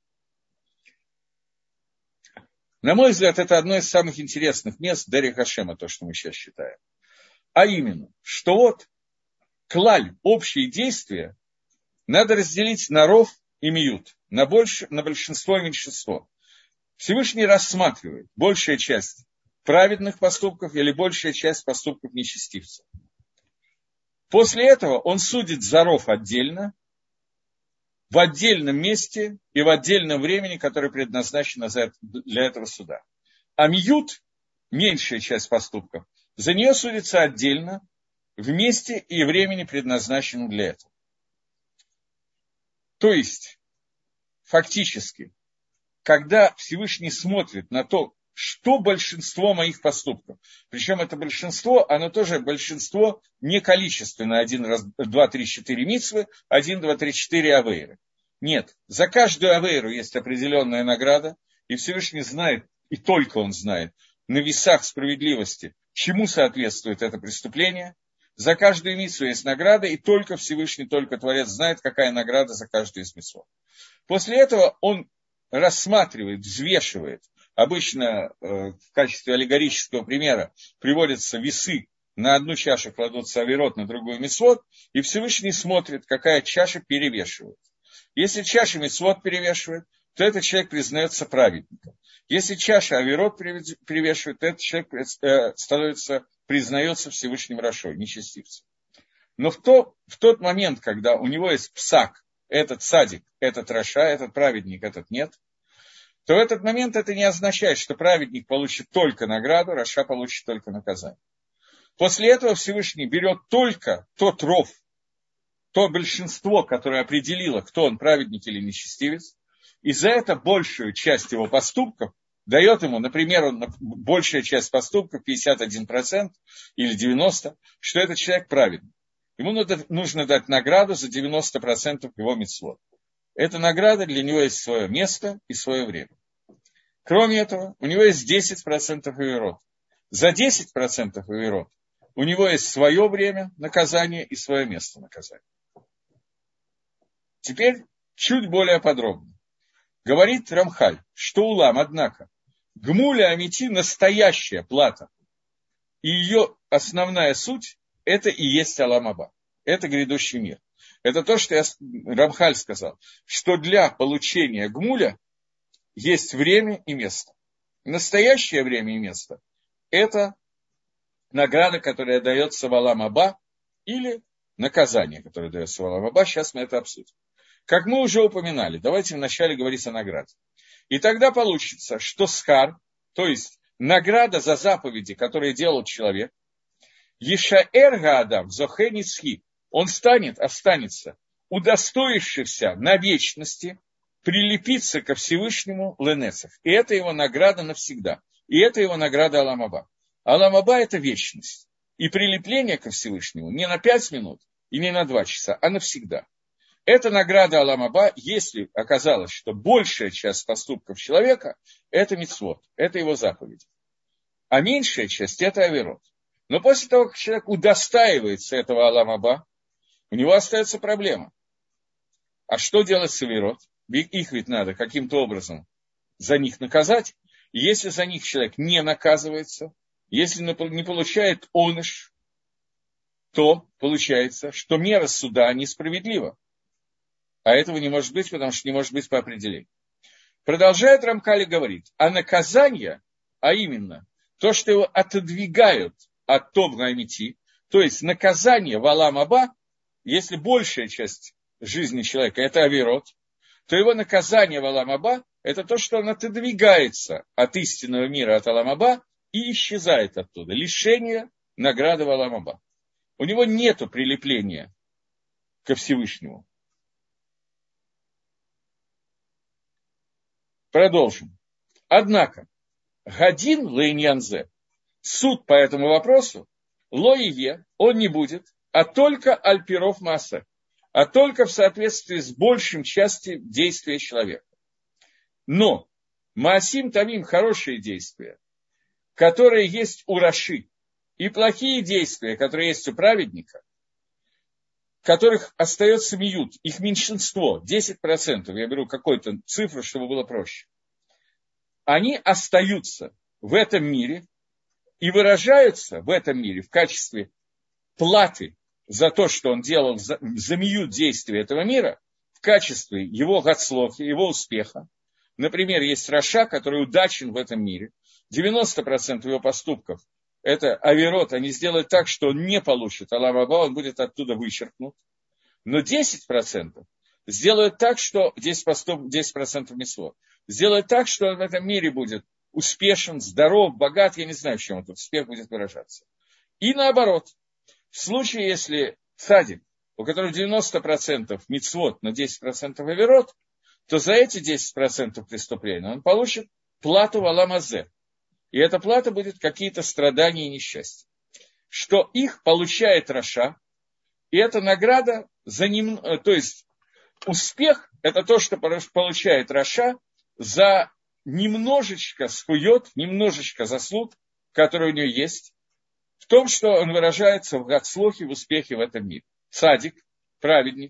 Speaker 1: На мой взгляд, это одно из самых интересных мест Дери Хашема, то, что мы сейчас считаем. А именно, что вот клаль, общие действия, надо разделить на ров и миют, на, больше, на большинство и меньшинство. Всевышний рассматривает большая часть праведных поступков или большая часть поступков нечестивцев. После этого он судит за ров отдельно, в отдельном месте и в отдельном времени, которое предназначено для этого суда. А миют, меньшая часть поступков, за нее судится отдельно, в месте и времени, предназначенном для этого. То есть, фактически, когда Всевышний смотрит на то, что большинство моих поступков, причем это большинство, оно тоже большинство не количественное, один, раз, два, три, четыре мицвы, один, два, три, четыре авейры. Нет, за каждую авейру есть определенная награда, и Всевышний знает, и только он знает, на весах справедливости, чему соответствует это преступление. За каждую мицву есть награда, и только Всевышний, только Творец знает, какая награда за каждую из мицвот. После этого он рассматривает, взвешивает. Обычно э, в качестве аллегорического примера приводятся весы, на одну чашу кладутся авирот, на другую мицвот, и Всевышний смотрит, какая чаша перевешивает. Если чаша мицвот перевешивает, то этот человек признается праведником. Если чаша авирот перевешивает, то этот человек э, становится признается Всевышним рашой, нечестивцем. Но в, то, в тот момент, когда у него есть псак, этот садик, этот раша, этот праведник, этот нет, то в этот момент это не означает, что праведник получит только награду, раша получит только наказание. После этого Всевышний берет только тот ров, то большинство, которое определило, кто он, праведник или нечестивец, и за это большую часть его поступков дает ему, например, он, большая часть поступков, пятьдесят один процент или девяносто процентов, что этот человек праведный. Ему надо, нужно дать награду за девяносто процентов его мицвот. Эта награда, для него есть свое место и свое время. Кроме этого, у него есть десять процентов авирот. За десять процентов авирот у него есть свое время наказания и свое место наказания. Теперь чуть более подробно. Говорит Рамхаль, что улам, однако, гмуля амити – настоящая плата. И ее основная суть – это и есть алам аба. Это грядущий мир. это то, что я, Рамхаль сказал, что для получения гмуля есть время и место. Настоящее время и место – это награда, которая дается в Олам Аба, или наказание, которое дается в Олам Аба. Сейчас мы это обсудим. Как мы уже упоминали, давайте вначале говорить о награде. И тогда получится, что схар, то есть награда за заповеди, которые делал человек, Ешаэр Гаадам Зохе Ницхи, он станет, останется, удостоившийся на вечности прилепиться ко Всевышнему Ленесах. И это его награда навсегда. И это его награда Олам Аба. Олам Аба – это вечность. И прилепление ко Всевышнему не на пять минут и не на два часа, а навсегда. Это награда Олам Аба, если оказалось, что большая часть поступков человека – это мицвот, это его заповеди. А меньшая часть – это аверот. Но после того, как человек удостаивается этого Олам Аба, у него остается проблема. А что делать с аверот? Их ведь надо каким-то образом за них наказать. И если за них человек не наказывается, если не получает оныш, то получается, что мера суда несправедлива. А этого не может быть, потому что не может быть по определению. Продолжает Рамхаль и говорит, а наказание, а именно то, что его отодвигают от Тов Амити, то есть наказание в Олам Аба, если большая часть жизни человека – это аверот, то его наказание в Олам Аба – это то, что он отодвигается от истинного мира, от Олам Аба, и исчезает оттуда. Лишение награды в Олам Аба. У него нет прилепления ко Всевышнему. Продолжим. Однако, Гадин лейньянзе, суд по этому вопросу, лоие, он не будет, а только альпиров масса, а только в соответствии с большим частью действия человека. Но маасим тавим, хорошие действия, которые есть у раши, и плохие действия, которые есть у праведника, которых остается миют, их меньшинство, десять процентов, я беру какую-то цифру, чтобы было проще, они остаются в этом мире и выражаются в этом мире в качестве платы за то, что он делал, за, за миют действия этого мира, в качестве его гацлохи, его успеха. Например, есть раша, который удачен в этом мире, девяносто процентов его поступков – это аверот, они сделают так, что он не получит Олам Аба, он будет оттуда вычеркнут. Но десять процентов сделают так, что десять процентов мицвот, сделают так, что он в этом мире будет успешен, здоров, богат, я не знаю, в чем этот успех будет выражаться. И наоборот, в случае, если цадик, у которого девяносто процентов мицвот, но десять процентов аверот, то за эти десять процентов преступления он получит плату в Олам Азе. И эта плата будет какие-то страдания и несчастья. Что их получает раша, и это награда за ним, то есть успех – это то, что получает раша за немножечко схует, немножечко заслуг, которые у нее есть, в том, что он выражается в гацлохе, в успехе в этом мире. Цадик, праведник,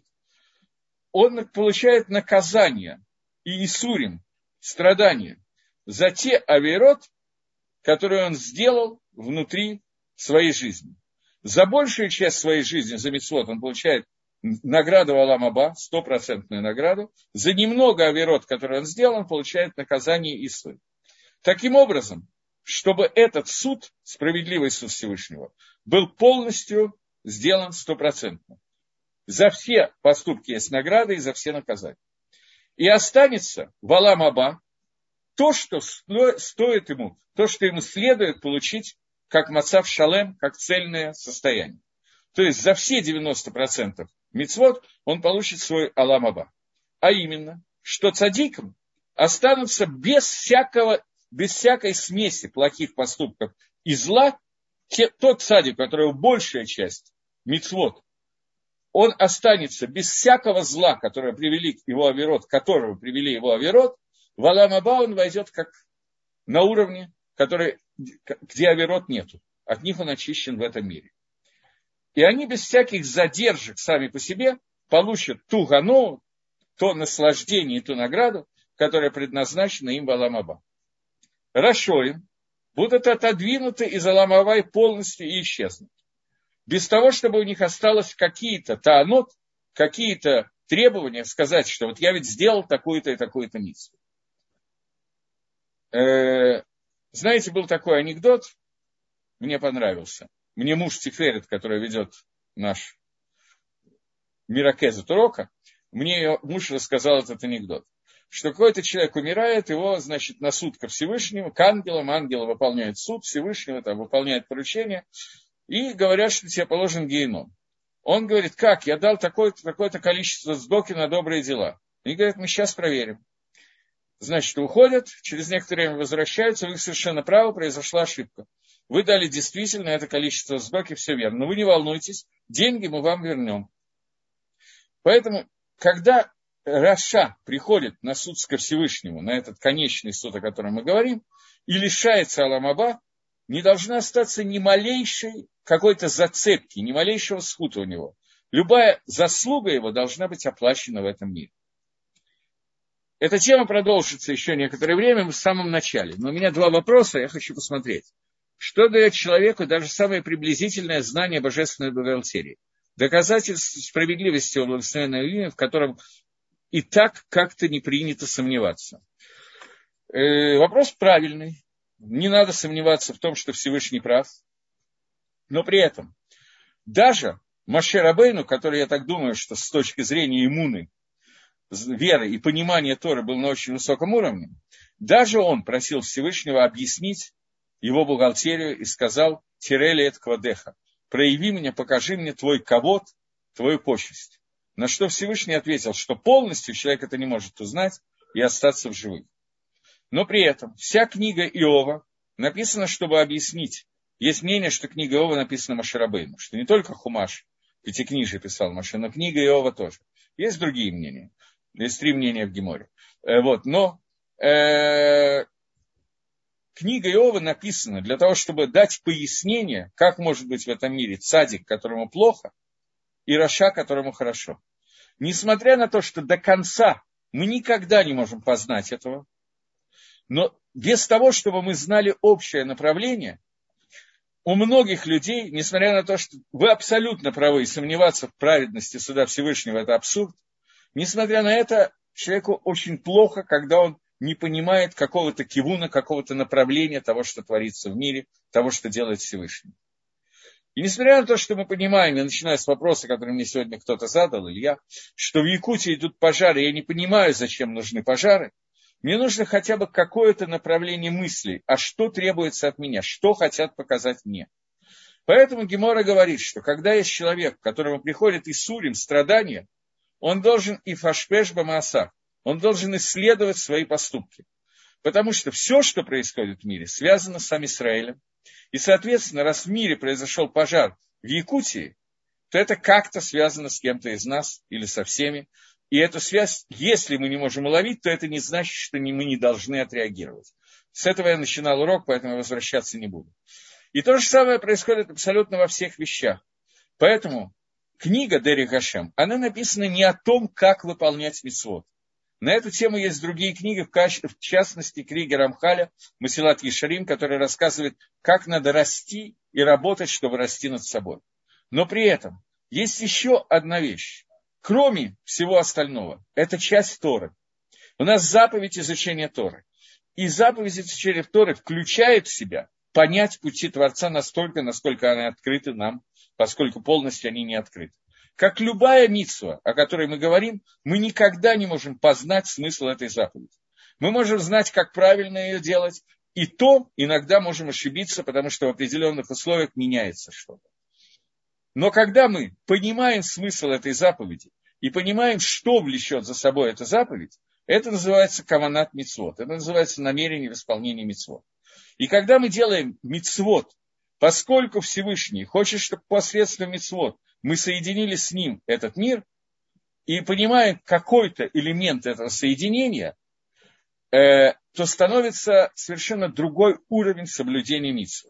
Speaker 1: он получает наказание и исурим, страдания за те аверот, которые он сделал внутри своей жизни. За большую часть своей жизни, за мицвот, он получает награду Олам Аба, стопроцентную награду. За немного аверот, которые он сделал, он получает наказание и суд. Таким образом, чтобы этот суд, справедливый суд Всевышнего, был полностью сделан стопроцентно. За все поступки есть награда и за все наказания. И останется в Олам Аба то, что стоит ему, то, что ему следует получить как мацав шалем, как цельное состояние. То есть за все девяносто процентов мицвот он получит свой Олам Аба. А именно, что цадикам останутся без всякого, без всякой смеси плохих поступков и зла, те, тот цадик, у которого большая часть мицвот, он останется без всякого зла, которое привели к его аверот, которого привели его аверот, в Олам Аба он войдет как на уровне, который, где аверот нету. От них он очищен в этом мире. И они без всяких задержек сами по себе получат ту гану, то наслаждение и ту награду, которая предназначена им в Олам Аба. Рашоим будут отодвинуты из Олам Аба полностью и исчезнут. Без того, чтобы у них осталось какие-то таанот, какие-то требования, сказать, что вот я ведь сделал такую-то и такую-то мицву. Э, знаете, был такой анекдот, мне понравился. Мне муж Тиферет, который ведет наш Миракезет урока, мне ее муж рассказал этот анекдот, что какой-то человек умирает, его, значит, на суд ко Всевышнему, к ангелам, ангелы выполняют суд Всевышнего, там, выполняют поручение, и говорят, что тебе положен геном. Он говорит, как, я дал такое-то, такое-то количество сдоки на добрые дела. Они говорят, мы сейчас проверим. Значит, уходят, через некоторое время возвращаются, вы совершенно правы, произошла ошибка. Вы дали действительно это количество сдоки, все верно. Но вы не волнуйтесь, деньги мы вам вернем. Поэтому, когда Раша приходит на суд ко Всевышнему, на этот конечный суд, о котором мы говорим, и лишается Олам Аба, не должна остаться ни малейшей какой-то зацепки, ни малейшего схута у него. Любая заслуга его должна быть оплачена в этом мире. Эта тема продолжится еще некоторое время, в самом начале. Но у меня два вопроса, я хочу посмотреть. Что дает человеку даже самое приблизительное знание божественной бухгалтерии? Доказательство справедливости его благословенного имени, в котором и так как-то не принято сомневаться. Э, вопрос правильный. Не надо сомневаться в том, что Всевышний прав. Но при этом даже Моше Рабейну, который, я так думаю, что с точки зрения иммуны, веры и понимания Торы был на очень высоком уровне, даже он просил Всевышнего объяснить его бухгалтерию и сказал «Тирели эт квадеха». Прояви мне, покажи мне твой ковод, твою почесть. На что Всевышний ответил, что полностью человек это не может узнать и остаться в живых. Но при этом вся книга Иова написана, чтобы объяснить. Есть мнение, что книга Иова написана Моше Рабейну, что не только Хумаш, Пятикнижие писал Моше, но книга Иова тоже. Есть другие мнения. Есть три мнения в Геморе. Вот. Но э, книга Иова написана для того, чтобы дать пояснение, как может быть в этом мире цадик, которому плохо, и раша, которому хорошо. Несмотря на то, что до конца мы никогда не можем познать этого, но без того, чтобы мы знали общее направление, у многих людей, несмотря на то, что вы абсолютно правы, и сомневаться в праведности суда Всевышнего – это абсурд, несмотря на это, человеку очень плохо, когда он не понимает какого-то кивуна, какого-то направления того, что творится в мире, того, что делает Всевышний. И несмотря на то, что мы понимаем, я начинаю с вопроса, который мне сегодня кто-то задал, Илья, что в Якутии идут пожары, я не понимаю, зачем нужны пожары, мне нужно хотя бы какое-то направление мыслей, а что требуется от меня, что хотят показать мне. Поэтому Гемора говорит, что когда есть человек, к которому приходит иссурим, страдания, он должен и фашпеш бамаасах, он должен исследовать свои поступки. Потому что все, что происходит в мире, связано с сам Израилем. И, соответственно, раз в мире произошел пожар в Якутии, то это как-то связано с кем-то из нас или со всеми. И эту связь, если мы не можем уловить, то это не значит, что мы не должны отреагировать. С этого я начинал урок, поэтому я возвращаться не буду. И то же самое происходит абсолютно во всех вещах. Поэтому книга Дерих Гашем, она написана не о том, как выполнять мицвот. На эту тему есть другие книги, в частности, книга Рамхаля «Масилат Ешарим», которая рассказывает, как надо расти и работать, чтобы расти над собой. Но при этом есть еще одна вещь. Кроме всего остального, это часть Торы. У нас заповедь изучения Торы. И заповедь изучения Торы включает в себя понять пути Творца настолько, насколько они открыты нам, поскольку полностью они не открыты. Как любая мицва, о которой мы говорим, мы никогда не можем познать смысл этой заповеди. Мы можем знать, как правильно ее делать, и то иногда можем ошибиться, потому что в определенных условиях меняется что-то. Но когда мы понимаем смысл этой заповеди и понимаем, что влечет за собой эта заповедь, это называется каванат мицвот, это называется намерение в исполнении мицвот. И когда мы делаем мицвот, поскольку Всевышний хочет, чтобы посредством мицвот мы соединили с ним этот мир и понимаем какой-то элемент этого соединения, э, то становится совершенно другой уровень соблюдения мицвот.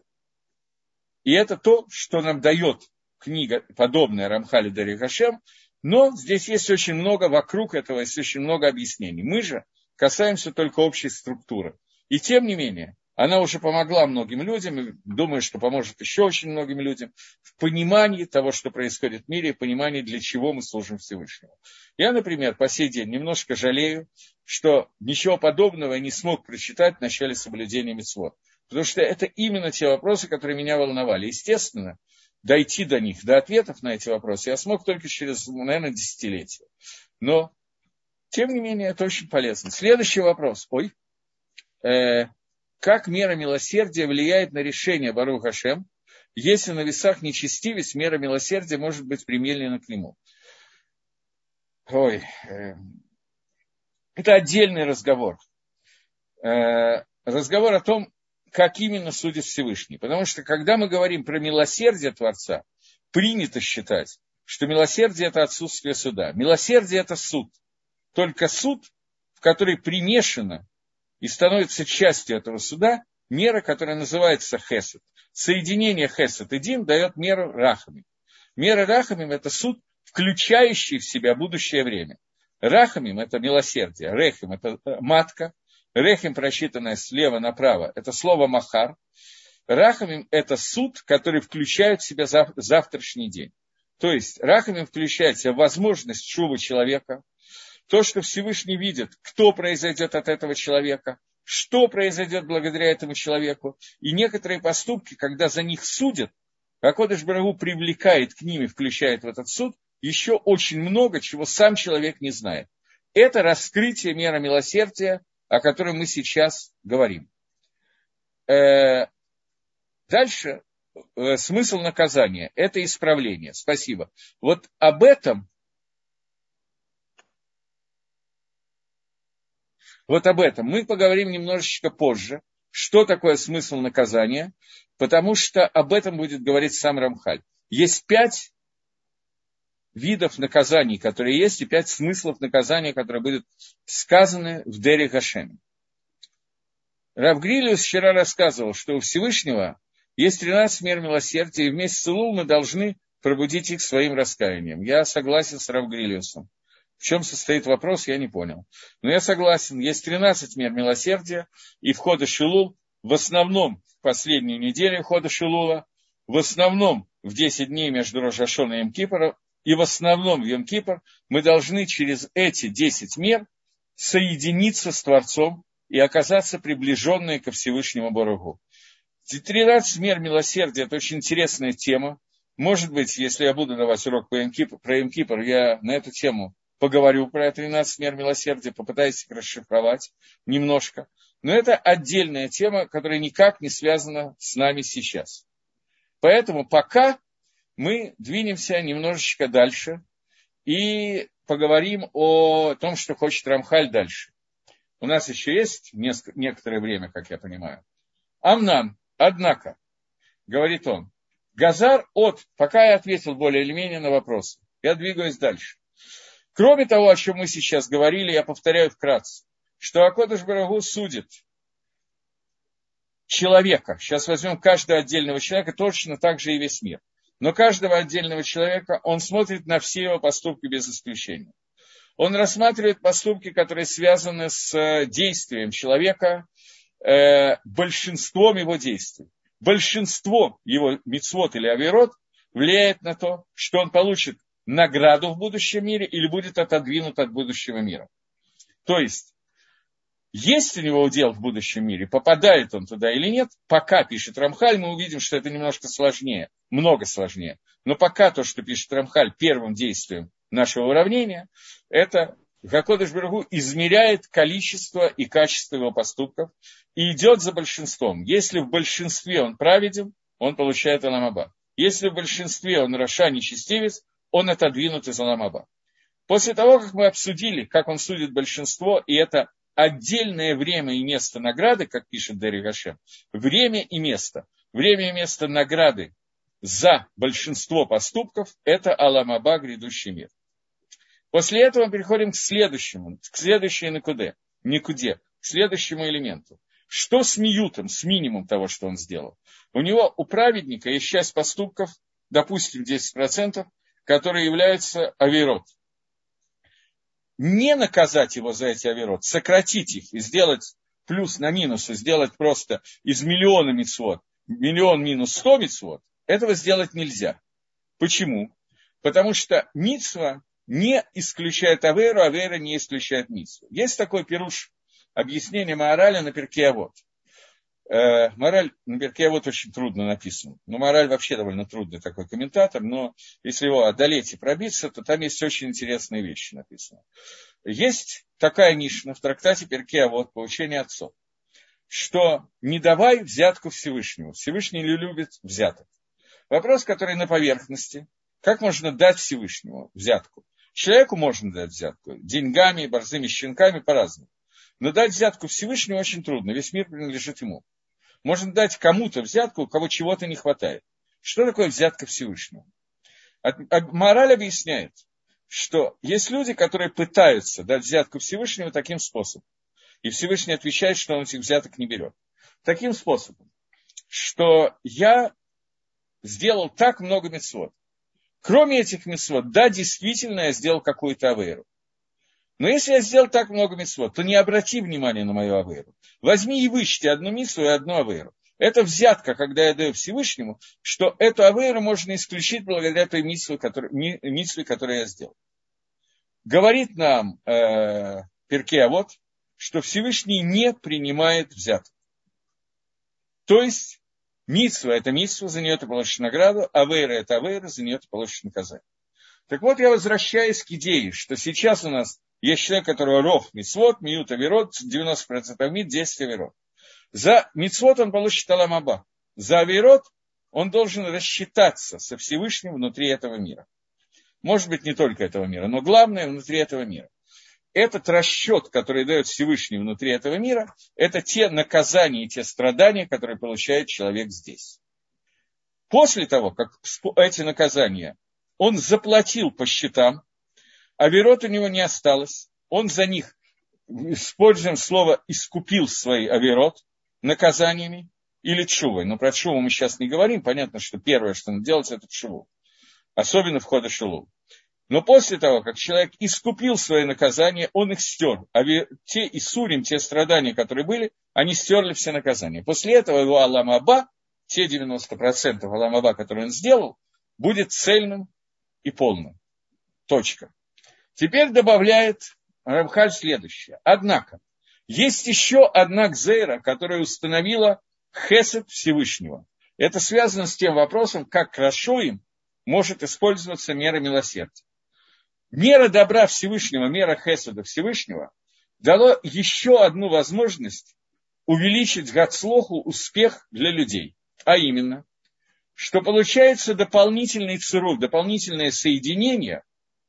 Speaker 1: И это то, что нам дает книга, подобная Рамхалю Дерих Гашем, но здесь есть очень много, вокруг этого есть очень много объяснений. Мы же касаемся только общей структуры. И тем не менее, Она уже помогла многим людям, и думаю, что поможет еще очень многим людям в понимании того, что происходит в мире, и понимании, для чего мы служим Всевышнему. Я, например, по сей день немножко жалею, что ничего подобного я не смог прочитать в начале соблюдения мицвот. Потому что это именно те вопросы, которые меня волновали. Естественно, дойти до них, до ответов на эти вопросы я смог только через, наверное, десятилетия. Но, тем не менее, это очень полезно. Следующий вопрос. Ой. Э, как мера милосердия влияет на решение Барух Ашем, если на весах нечестивость, мера милосердия может быть примерена к нему? Ой. Э, это отдельный разговор. Э, разговор о том, как именно судит Всевышний. Потому что, когда мы говорим про милосердие Творца, принято считать, что милосердие – это отсутствие суда. Милосердие – это суд. Только суд, в который примешано и становится частью этого суда, мера, которая называется хесед. Соединение хесед и дин дает меру рахамим. Мера рахамим – это суд, включающий в себя будущее время. Рахамим – это милосердие, рехим – это матка, рехим, просчитанное слева направо, это слово махар. Рахамим – это суд, который включает в себя зав- завтрашний день. То есть рахамим включает в себя возможность шува человека, то, что Всевышний видит, кто произойдет от этого человека, что произойдет благодаря этому человеку, и некоторые поступки, когда за них судят, ха-Кодеш Барух Ху привлекает к ним и включает в этот суд еще очень много, чего сам человек не знает. Это раскрытие меры милосердия, о котором мы сейчас говорим. Дальше смысл наказания – это исправление. Спасибо. Вот об этом, вот об этом мы поговорим немножечко позже, что такое смысл наказания, потому что об этом будет говорить сам Рамхаль. Есть пять видов наказаний, которые есть, и пять смыслов наказания, которые будут сказаны в Дере Гашеме. Рав Грилиус вчера рассказывал, что у Всевышнего есть тринадцать мер милосердия, и вместе с Илул мы должны пробудить их своим раскаянием. Я согласен с Рав Грилиусом. В чем состоит вопрос, я не понял. Но я согласен, есть тринадцать мер милосердия, и в Ходеш Илул, в основном в последнюю неделю Ходеш Илула, в основном в десять дней между Рош ха-Шана и Йом-Кипуром, и в основном в Йом-Кипур мы должны через эти десять мер соединиться с Творцом и оказаться приближенные ко Всевышнему Барух Ху. тринадцать мер милосердия – это очень интересная тема. Может быть, если я буду давать урок по Йом-Кипур, про Йом-Кипур, я на эту тему поговорю про тринадцать мер милосердия, попытаюсь их расшифровать немножко. Но это отдельная тема, которая никак не связана с нами сейчас. Поэтому пока мы двинемся немножечко дальше и поговорим о том, что хочет Рамхаль дальше. У нас еще есть несколько, некоторое время, как я понимаю. Амнан, однако, говорит он, Газар от, пока я ответил более или менее на вопросы, я двигаюсь дальше. Кроме того, о чем мы сейчас говорили, я повторяю вкратце, что ха-Кодеш Барух Ху судит человека. Сейчас возьмем каждого отдельного человека, точно так же и весь мир. Но каждого отдельного человека он смотрит на все его поступки без исключения. Он рассматривает поступки, которые связаны с действием человека, э, большинством его действий. Большинство его мицвот или авирот влияет на то, что он получит награду в будущем мире или будет отодвинут от будущего мира. То есть, есть у него удел в будущем мире, попадает он туда или нет, пока пишет Рамхаль, мы увидим, что это немножко сложнее, много сложнее. Но пока то, что пишет Рамхаль первым действием нашего уравнения, это ха-Кодеш Барух Ху измеряет количество и качество его поступков и идет за большинством. Если в большинстве он праведен, он получает Олам Аба. Если в большинстве он раша, нечестивец, он отодвинут из Олам Аба. После того, как мы обсудили, как он судит большинство, и это отдельное время и место награды, как пишет Дери Гашем, время и место. Время и место награды за большинство поступков – это Олам Аба, грядущий мир. После этого мы переходим к следующему, к следующей никуде, никуде, к следующему элементу. Что с миютом, с минимум того, что он сделал? У него, у праведника, есть часть поступков, допустим, десять процентов, которые являются авирот. Не наказать его за эти авирот, сократить их и сделать плюс на минус и сделать просто из миллиона мицвот миллион минус сто мицвот, этого сделать нельзя. Почему? Потому что мицва не исключает авейру, авейра не исключает мицву. Есть такой пируш, объяснение Маораля на Перкей Авот. Э, Маораль на Перкей Авот очень трудно написан. Но Маораль вообще довольно трудный такой комментатор, но если его одолеть и пробиться, то там есть очень интересные вещи написаны. Есть такая нишна в трактате Перкей Авот по учению отцов, что не давай взятку Всевышнему. Всевышний не любит взяток. Вопрос, который на поверхности. Как можно дать Всевышнему взятку? Человеку можно дать взятку деньгами, борзыми щенками, по-разному. Но дать взятку Всевышнему очень трудно. Весь мир принадлежит ему. Можно дать кому-то взятку, у кого чего-то не хватает. Что такое взятка Всевышнему? Маораль объясняет, что есть люди, которые пытаются дать взятку Всевышнему таким способом. И Всевышний отвечает, что он этих взяток не берет. Таким способом, что я сделал так много мицвот. Кроме этих мицвот, да, действительно, я сделал какую-то авейру. Но если я сделал так много мицвот, то не обрати внимания на мою авейру. Возьми и вычти одну мицву и одну авейру. Это взятка, когда я даю Всевышнему, что эту авейру можно исключить благодаря той мицве, которую, мицве, которую я сделал. Говорит нам э, Перкей Авот, что Всевышний не принимает взяток. То есть мицва – это мицва, за нее ты получишь награду, авейра – это авейра, за нее ты получишь наказание. Так вот, я возвращаюсь к идее, что сейчас у нас есть человек, которого ров мицвот, миют аверот, девяносто процентов мит, десять аверот. За мицвот он получит алам аба. За аверот он должен рассчитаться со Всевышним внутри этого мира. Может быть, не только этого мира, но главное внутри этого мира. Этот расчет, который дает Всевышний внутри этого мира, это те наказания и те страдания, которые получает человек здесь. После того, как эти наказания он заплатил по счетам, аверот у него не осталось, он за них, используем слово, искупил свои аверот наказаниями или тшувой. Но про тшуву мы сейчас не говорим, понятно, что первое, что надо делать, это тшуву, особенно в ходе шулу. Но после того, как человек искупил свои наказания, он их стер. А те иссурим, те страдания, которые были, они стерли все наказания. После этого его алам аба, те девяносто процентов алам аба, которые он сделал, будет цельным и полным. Точка. Теперь добавляет Рамхаль следующее. Однако, есть еще одна гзейра, которая установила хесед Всевышнего. Это связано с тем вопросом, как рашоим может использоваться мера милосердия. Мера добра Всевышнего, мера хеседа Всевышнего дало еще одну возможность увеличить гацлоху, успех для людей. А именно, что получается дополнительный цирур, дополнительное соединение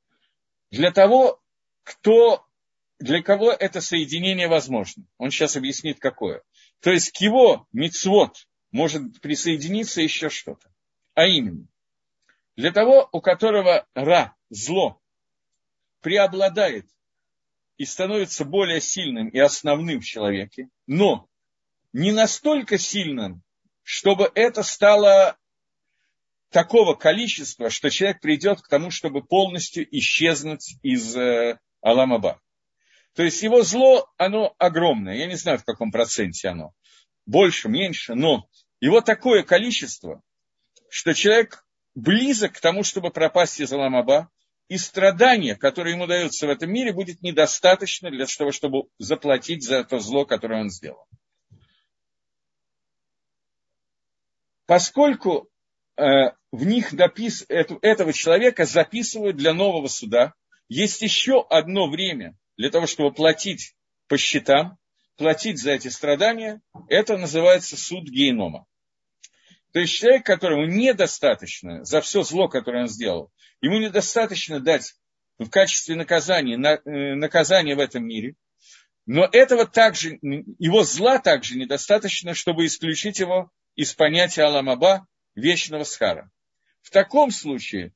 Speaker 1: для того, кто, для кого это соединение возможно. Он сейчас объяснит, какое. То есть к его мицвот может присоединиться еще что-то. А именно, для того, у которого ра, зло, преобладает и становится более сильным и основным в человеке, но не настолько сильным, чтобы это стало такого количества, что человек придет к тому, чтобы полностью исчезнуть из э, алам аба. То есть его зло, оно огромное, я не знаю, в каком проценте оно, больше, меньше, но его такое количество, что человек близок к тому, чтобы пропасть из алам аба, и страдания, которые ему даются в этом мире, будет недостаточно для того, чтобы заплатить за то зло, которое он сделал. Поскольку э, в них допис... этого человека записывают для нового суда, есть еще одно время для того, чтобы платить по счетам, платить за эти страдания, это называется суд гейнома. То есть человек, которому недостаточно за все зло, которое он сделал, ему недостаточно дать в качестве наказания, на, э, наказания в этом мире, но этого также, его зла также недостаточно, чтобы исключить его из понятия алам аба, вечного схара. В таком случае,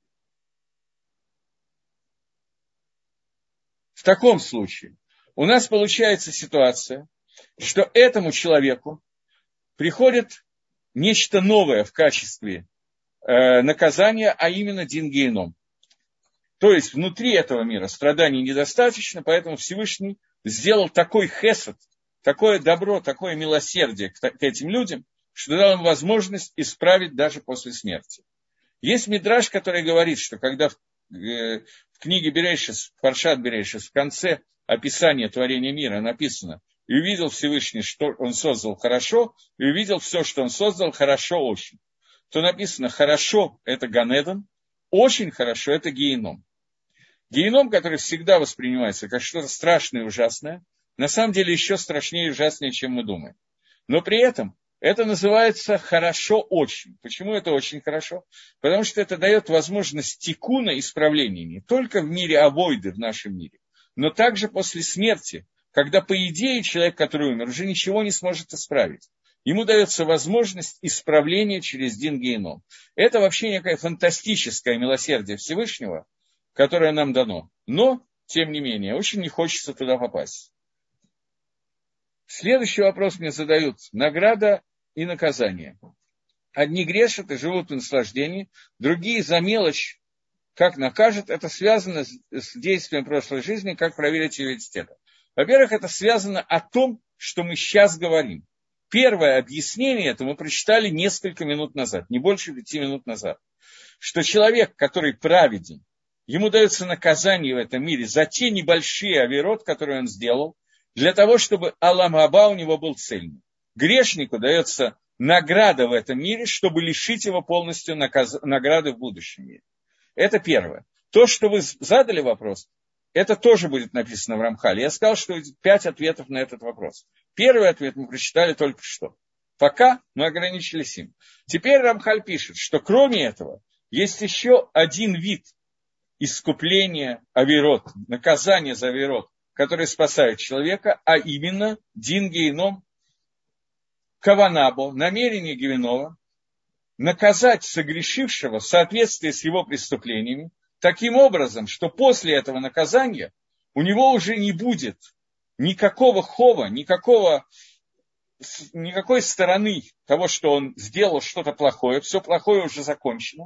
Speaker 1: в таком случае у нас получается ситуация, что этому человеку приходит нечто новое в качестве э, наказания, а именно дин гейном. То есть внутри этого мира страданий недостаточно, поэтому Всевышний сделал такой хесед такое добро, такое милосердие к, к этим людям, что дал им возможность исправить даже после смерти. Есть мидраш, который говорит, что когда в, э, в книге Берешит, Паршат Берешит, в конце описания творения мира написано: «И увидел Всевышний, что он создал хорошо, и увидел все, что он создал, хорошо очень», то написано: «хорошо» – это Ганедон, «очень хорошо» – это Гееном. Гееном, который всегда воспринимается как что-то страшное и ужасное, на самом деле еще страшнее и ужаснее, чем мы думаем. Но при этом это называется «хорошо очень». Почему это очень хорошо? Потому что это дает возможность тикуна, исправления не только в мире авойды, в нашем мире, но также после смерти, когда, по идее, человек, который умер, уже ничего не сможет исправить. Ему дается возможность исправления через дин геном. Это вообще некое фантастическое милосердие Всевышнего, которое нам дано. Но, тем не менее, очень не хочется туда попасть. Следующий вопрос мне задают: награда и наказание. Одни грешат и живут в наслаждении, другие за мелочь, как накажут. Это связано с, с действием прошлой жизни, как проверить иммунитет. Во-первых, это связано о том, что мы сейчас говорим. Первое объяснение это мы прочитали несколько минут назад, не больше пяти минут назад, что человек, который праведен, ему дается наказание в этом мире за те небольшие авирот, которые он сделал, для того, чтобы Алам Аба у него был цельный. Грешнику дается награда в этом мире, чтобы лишить его полностью наказ... награды в будущем мире. Это первое. То, что вы задали вопрос, это тоже будет написано в Рамхале. Я сказал, что пять ответов на этот вопрос. Первый ответ мы прочитали только что. Пока мы ограничились им. Теперь Рамхаль пишет, что кроме этого есть еще один вид искупления авирот, наказания за авирот, который спасает человека, а именно дин геном каванабо, намерение Гевинова, наказать согрешившего в соответствии с его преступлениями, таким образом, что после этого наказания у него уже не будет никакого хова, никакого, никакой стороны того, что он сделал что-то плохое, все плохое уже закончено,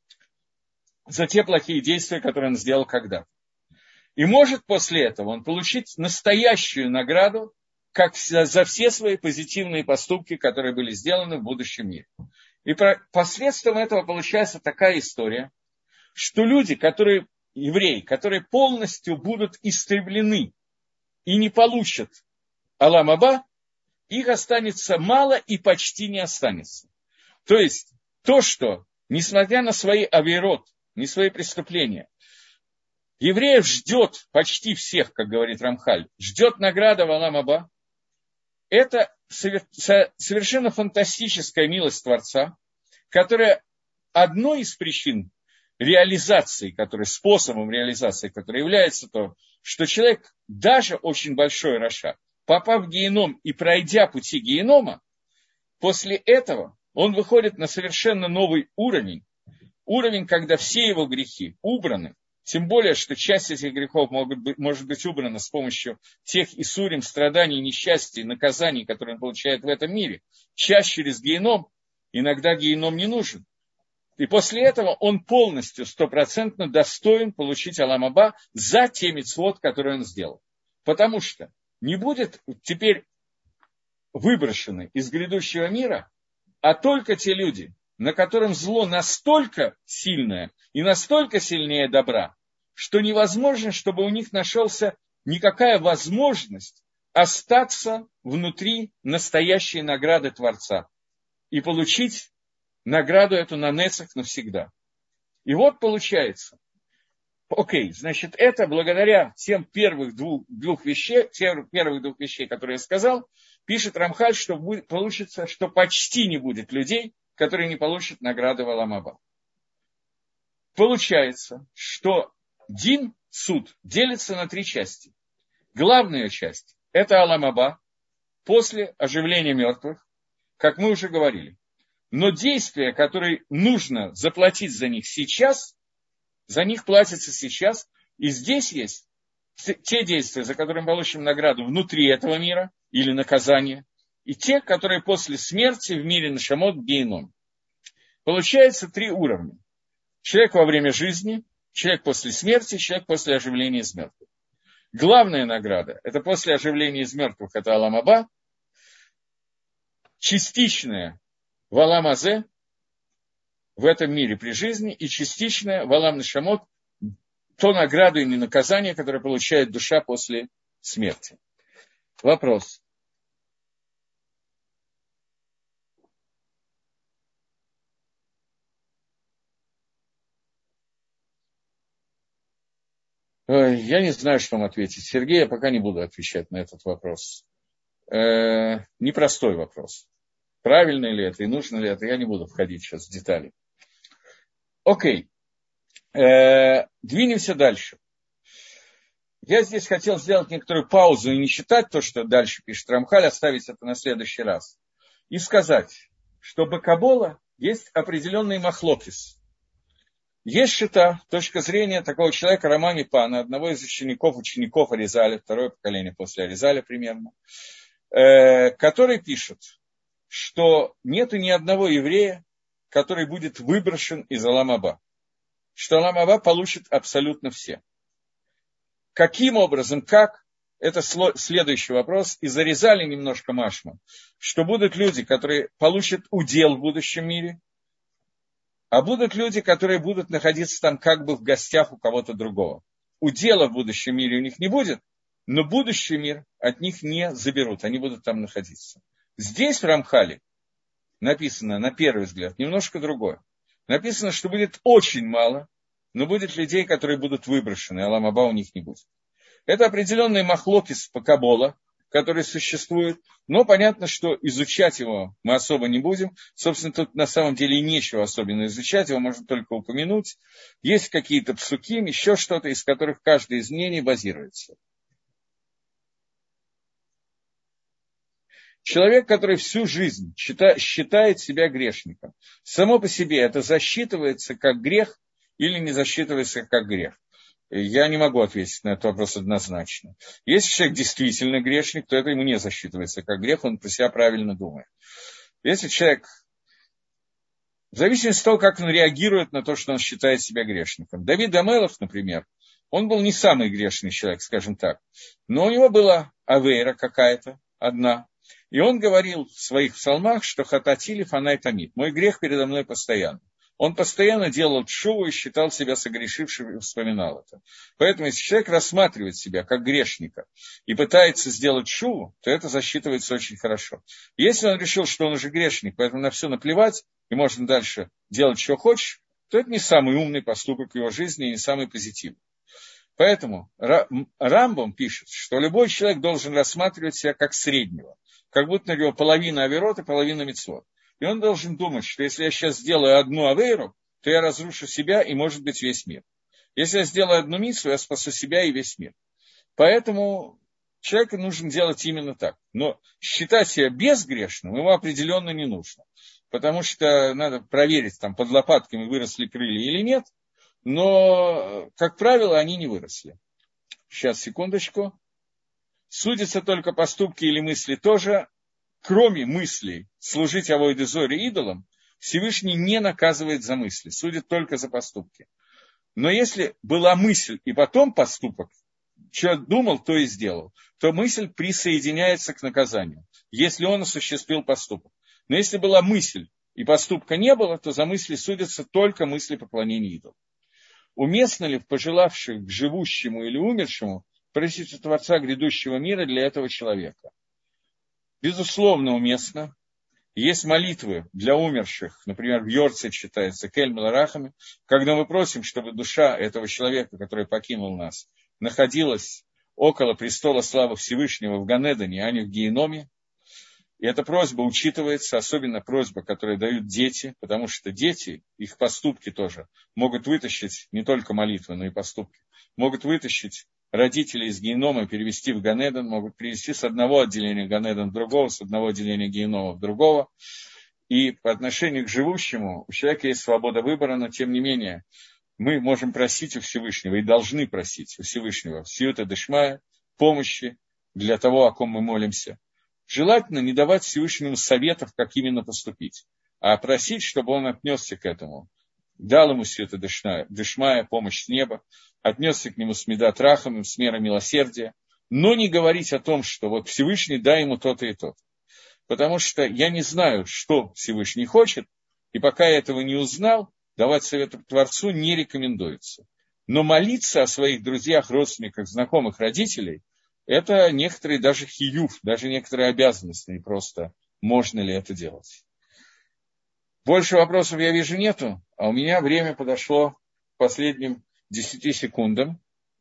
Speaker 1: за те плохие действия, которые он сделал когда-то. И может после этого он получить настоящую награду, как за все свои позитивные поступки, которые были сделаны в будущем мире. И посредством этого получается такая история, что люди, которые, евреи, которые полностью будут истреблены и не получат Алам Аба, их останется мало и почти не останется. То есть то, что, несмотря на свои авейрот, не свои преступления, евреев ждет почти всех, как говорит Рамхаль, ждет награда в Алам Аба, это совершенно фантастическая милость Творца, которая одной из причин реализации, который, способом реализации, который является то, что человек, даже очень большой раша, попав в геном и пройдя пути генома, после этого он выходит на совершенно новый уровень, уровень, когда все его грехи убраны, тем более, что часть этих грехов могут быть, может быть убрана с помощью тех иссурим, страданий, несчастий, наказаний, которые он получает в этом мире, чаще через геном, иногда геном не нужен. И после этого он полностью, стопроцентно достоин получить Алам Аба за те мицвот, которые он сделал. Потому что не будет теперь выброшены из грядущего мира, а только те люди, на котором зло настолько сильное и настолько сильнее добра, что невозможно, чтобы у них нашелся никакая возможность остаться внутри настоящей награды Творца и получить награду эту на нецах навсегда. И вот получается, окей, значит, это благодаря тем первых двух, двух вещей, тем первых двух вещей, которые я сказал, пишет Рамхаль, что будет, получится, что почти не будет людей, которые не получат награды в Алам Аба. Получается, что дин, суд, делится на три части. Главная часть – это Алам Аба, после оживления мертвых, как мы уже говорили. Но действия, которые нужно заплатить за них сейчас, за них платятся сейчас. И здесь есть те действия, за которые мы получим награду внутри этого мира или наказание, и те, которые после смерти в мире Нешамот Гейном. Получается три уровня. Человек во время жизни, человек после смерти, человек после оживления из мертвых. Главная награда – это после оживления из мертвых, это Олам Аба. Частичная в Олам Азе, в этом мире при жизни, и частичная в Олам Нешамот, то награду и наказание, которое получает душа после смерти. Вопрос. Ой, я не знаю, что вам ответить. Сергей, я пока не буду отвечать на этот вопрос. Э, непростой вопрос. Правильно ли это и нужно ли это, я не буду входить сейчас в детали. Окей. Э, двинемся дальше. Я здесь хотел сделать некоторую паузу и не читать то, что дальше пишет Рамхаль, оставить это на следующий раз. И сказать, что Бакабола есть определенный махлокис. Есть шита, точка зрения такого человека, Рамами Пана, одного из учеников, учеников Аризаля, второе поколение после Аризаля примерно, э, который пишет, что нету ни одного еврея, который будет выброшен из Олам Аба. Что Олам Аба получит абсолютно все. Каким образом, как? Это следующий вопрос. И зарезали немножко Машма, что будут люди, которые получат удел в будущем мире, а будут люди, которые будут находиться там как бы в гостях у кого-то другого. Удела в будущем мире у них не будет, но будущий мир от них не заберут, они будут там находиться. Здесь в Рамхале написано, на первый взгляд, немножко другое. Написано, что будет очень мало, но будет людей, которые будут выброшены, а Олам Аба у них не будет. Это определенный махлокис по Кабола, который существует, но понятно, что изучать его мы особо не будем. Собственно, тут на самом деле и нечего особенно изучать, его можно только упомянуть. Есть какие-то псуким, еще что-то, из которых каждое из мнений базируется. Человек, который всю жизнь считает себя грешником, само по себе это засчитывается как грех или не засчитывается как грех? Я не могу ответить на этот вопрос однозначно. Если человек действительно грешник, то это ему не засчитывается как грех, он про себя правильно думает. Если человек, в зависимости от того, как он реагирует на то, что он считает себя грешником. Давид Амелов, например, он был не самый грешный человек, скажем так, но у него была авейра какая-то, одна, и он говорил в своих псалмах, что хататили фанай тамид, мой грех передо мной постоянно. Он постоянно делал тшуву и считал себя согрешившим и вспоминал это. Поэтому, если человек рассматривает себя как грешника и пытается сделать тшуву, то это засчитывается очень хорошо. Если он решил, что он уже грешник, поэтому на все наплевать, и можно дальше делать, что хочешь, то это не самый умный поступок в его жизни и не самый позитивный. Поэтому Рамбам пишет, что любой человек должен рассматривать себя как среднего, как будто у него половина авирот и половина мицвот. И он должен думать, что если я сейчас сделаю одну авейру, то я разрушу себя и, может быть, весь мир. Если я сделаю одну мицву, я спасу себя и весь мир. Поэтому человеку нужно делать именно так. Но считать себя безгрешным ему определенно не нужно. Потому что надо проверить, там, под лопатками выросли крылья или нет. Но, как правило, они не выросли. Сейчас, секундочку. Судятся только поступки или мысли тоже. Кроме мыслей служить авойде зоре идолам, Всевышний не наказывает за мысли, судит только за поступки. Но если была мысль и потом поступок, что думал, то и сделал, то мысль присоединяется к наказанию, если он осуществил поступок. Но если была мысль и поступка не было, то за мысли судятся только мысли поклонения идолам. Уместно ли в пожелавших к живущему или умершему просить у Творца грядущего мира для этого человека? Безусловно, уместно. Есть молитвы для умерших, например, в Йорце читается Кель Меларахами, когда мы просим, чтобы душа этого человека, который покинул нас, находилась около престола славы Всевышнего в Ганедане, а не в Гееноме. И эта просьба учитывается, особенно просьба, которую дают дети, потому что дети, их поступки тоже, могут вытащить не только молитвы, но и поступки, могут вытащить родителей из Генома перевести в Ганеден, могут перевести с одного отделения Ганеден в другого, с одного отделения Генома в другого. И по отношению к живущему у человека есть свобода выбора, но тем не менее мы можем просить у Всевышнего и должны просить у Всевышнего сиюта дешмая, помощи для того, о ком мы молимся. Желательно не давать Всевышнему советов, как именно поступить, а просить, чтобы он отнесся к этому дал ему света дышмая, помощь с неба, отнесся к нему с медат рахамим, с мерой милосердия, но не говорить о том, что вот Всевышний дай ему то-то и то-то. Потому что я не знаю, что Всевышний хочет, и пока я этого не узнал, давать совет Творцу не рекомендуется. Но молиться о своих друзьях, родственниках, знакомых, родителей, это некоторые даже хиюф, даже некоторые обязанности, не просто можно ли это делать. Больше вопросов я вижу нету, а у меня время подошло к последним десяти секундам.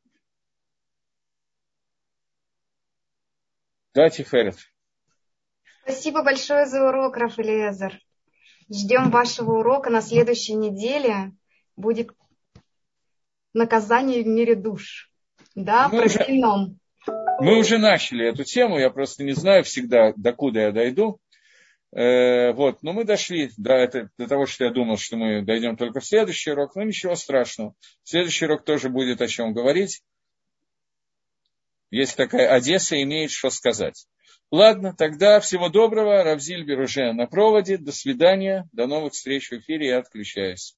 Speaker 1: Да, Тиферет.
Speaker 2: Спасибо большое за урок, Рав Элиэзер. Ждем вашего урока на следующей неделе. Будет наказание в мире душ. Да,
Speaker 1: мы
Speaker 2: про
Speaker 1: уже,
Speaker 2: геном.
Speaker 1: Мы уже начали эту тему, я просто не знаю всегда, докуда я дойду. Э, вот, но мы дошли до, это, до того, что я думал, что мы дойдем только в следующий урок, но ничего страшного. Следующий урок тоже будет о чем говорить. Есть такая Одесса, имеет что сказать. Ладно, тогда всего доброго. Рав Зильбер уже на проводе. До свидания. До новых встреч в эфире. Я отключаюсь.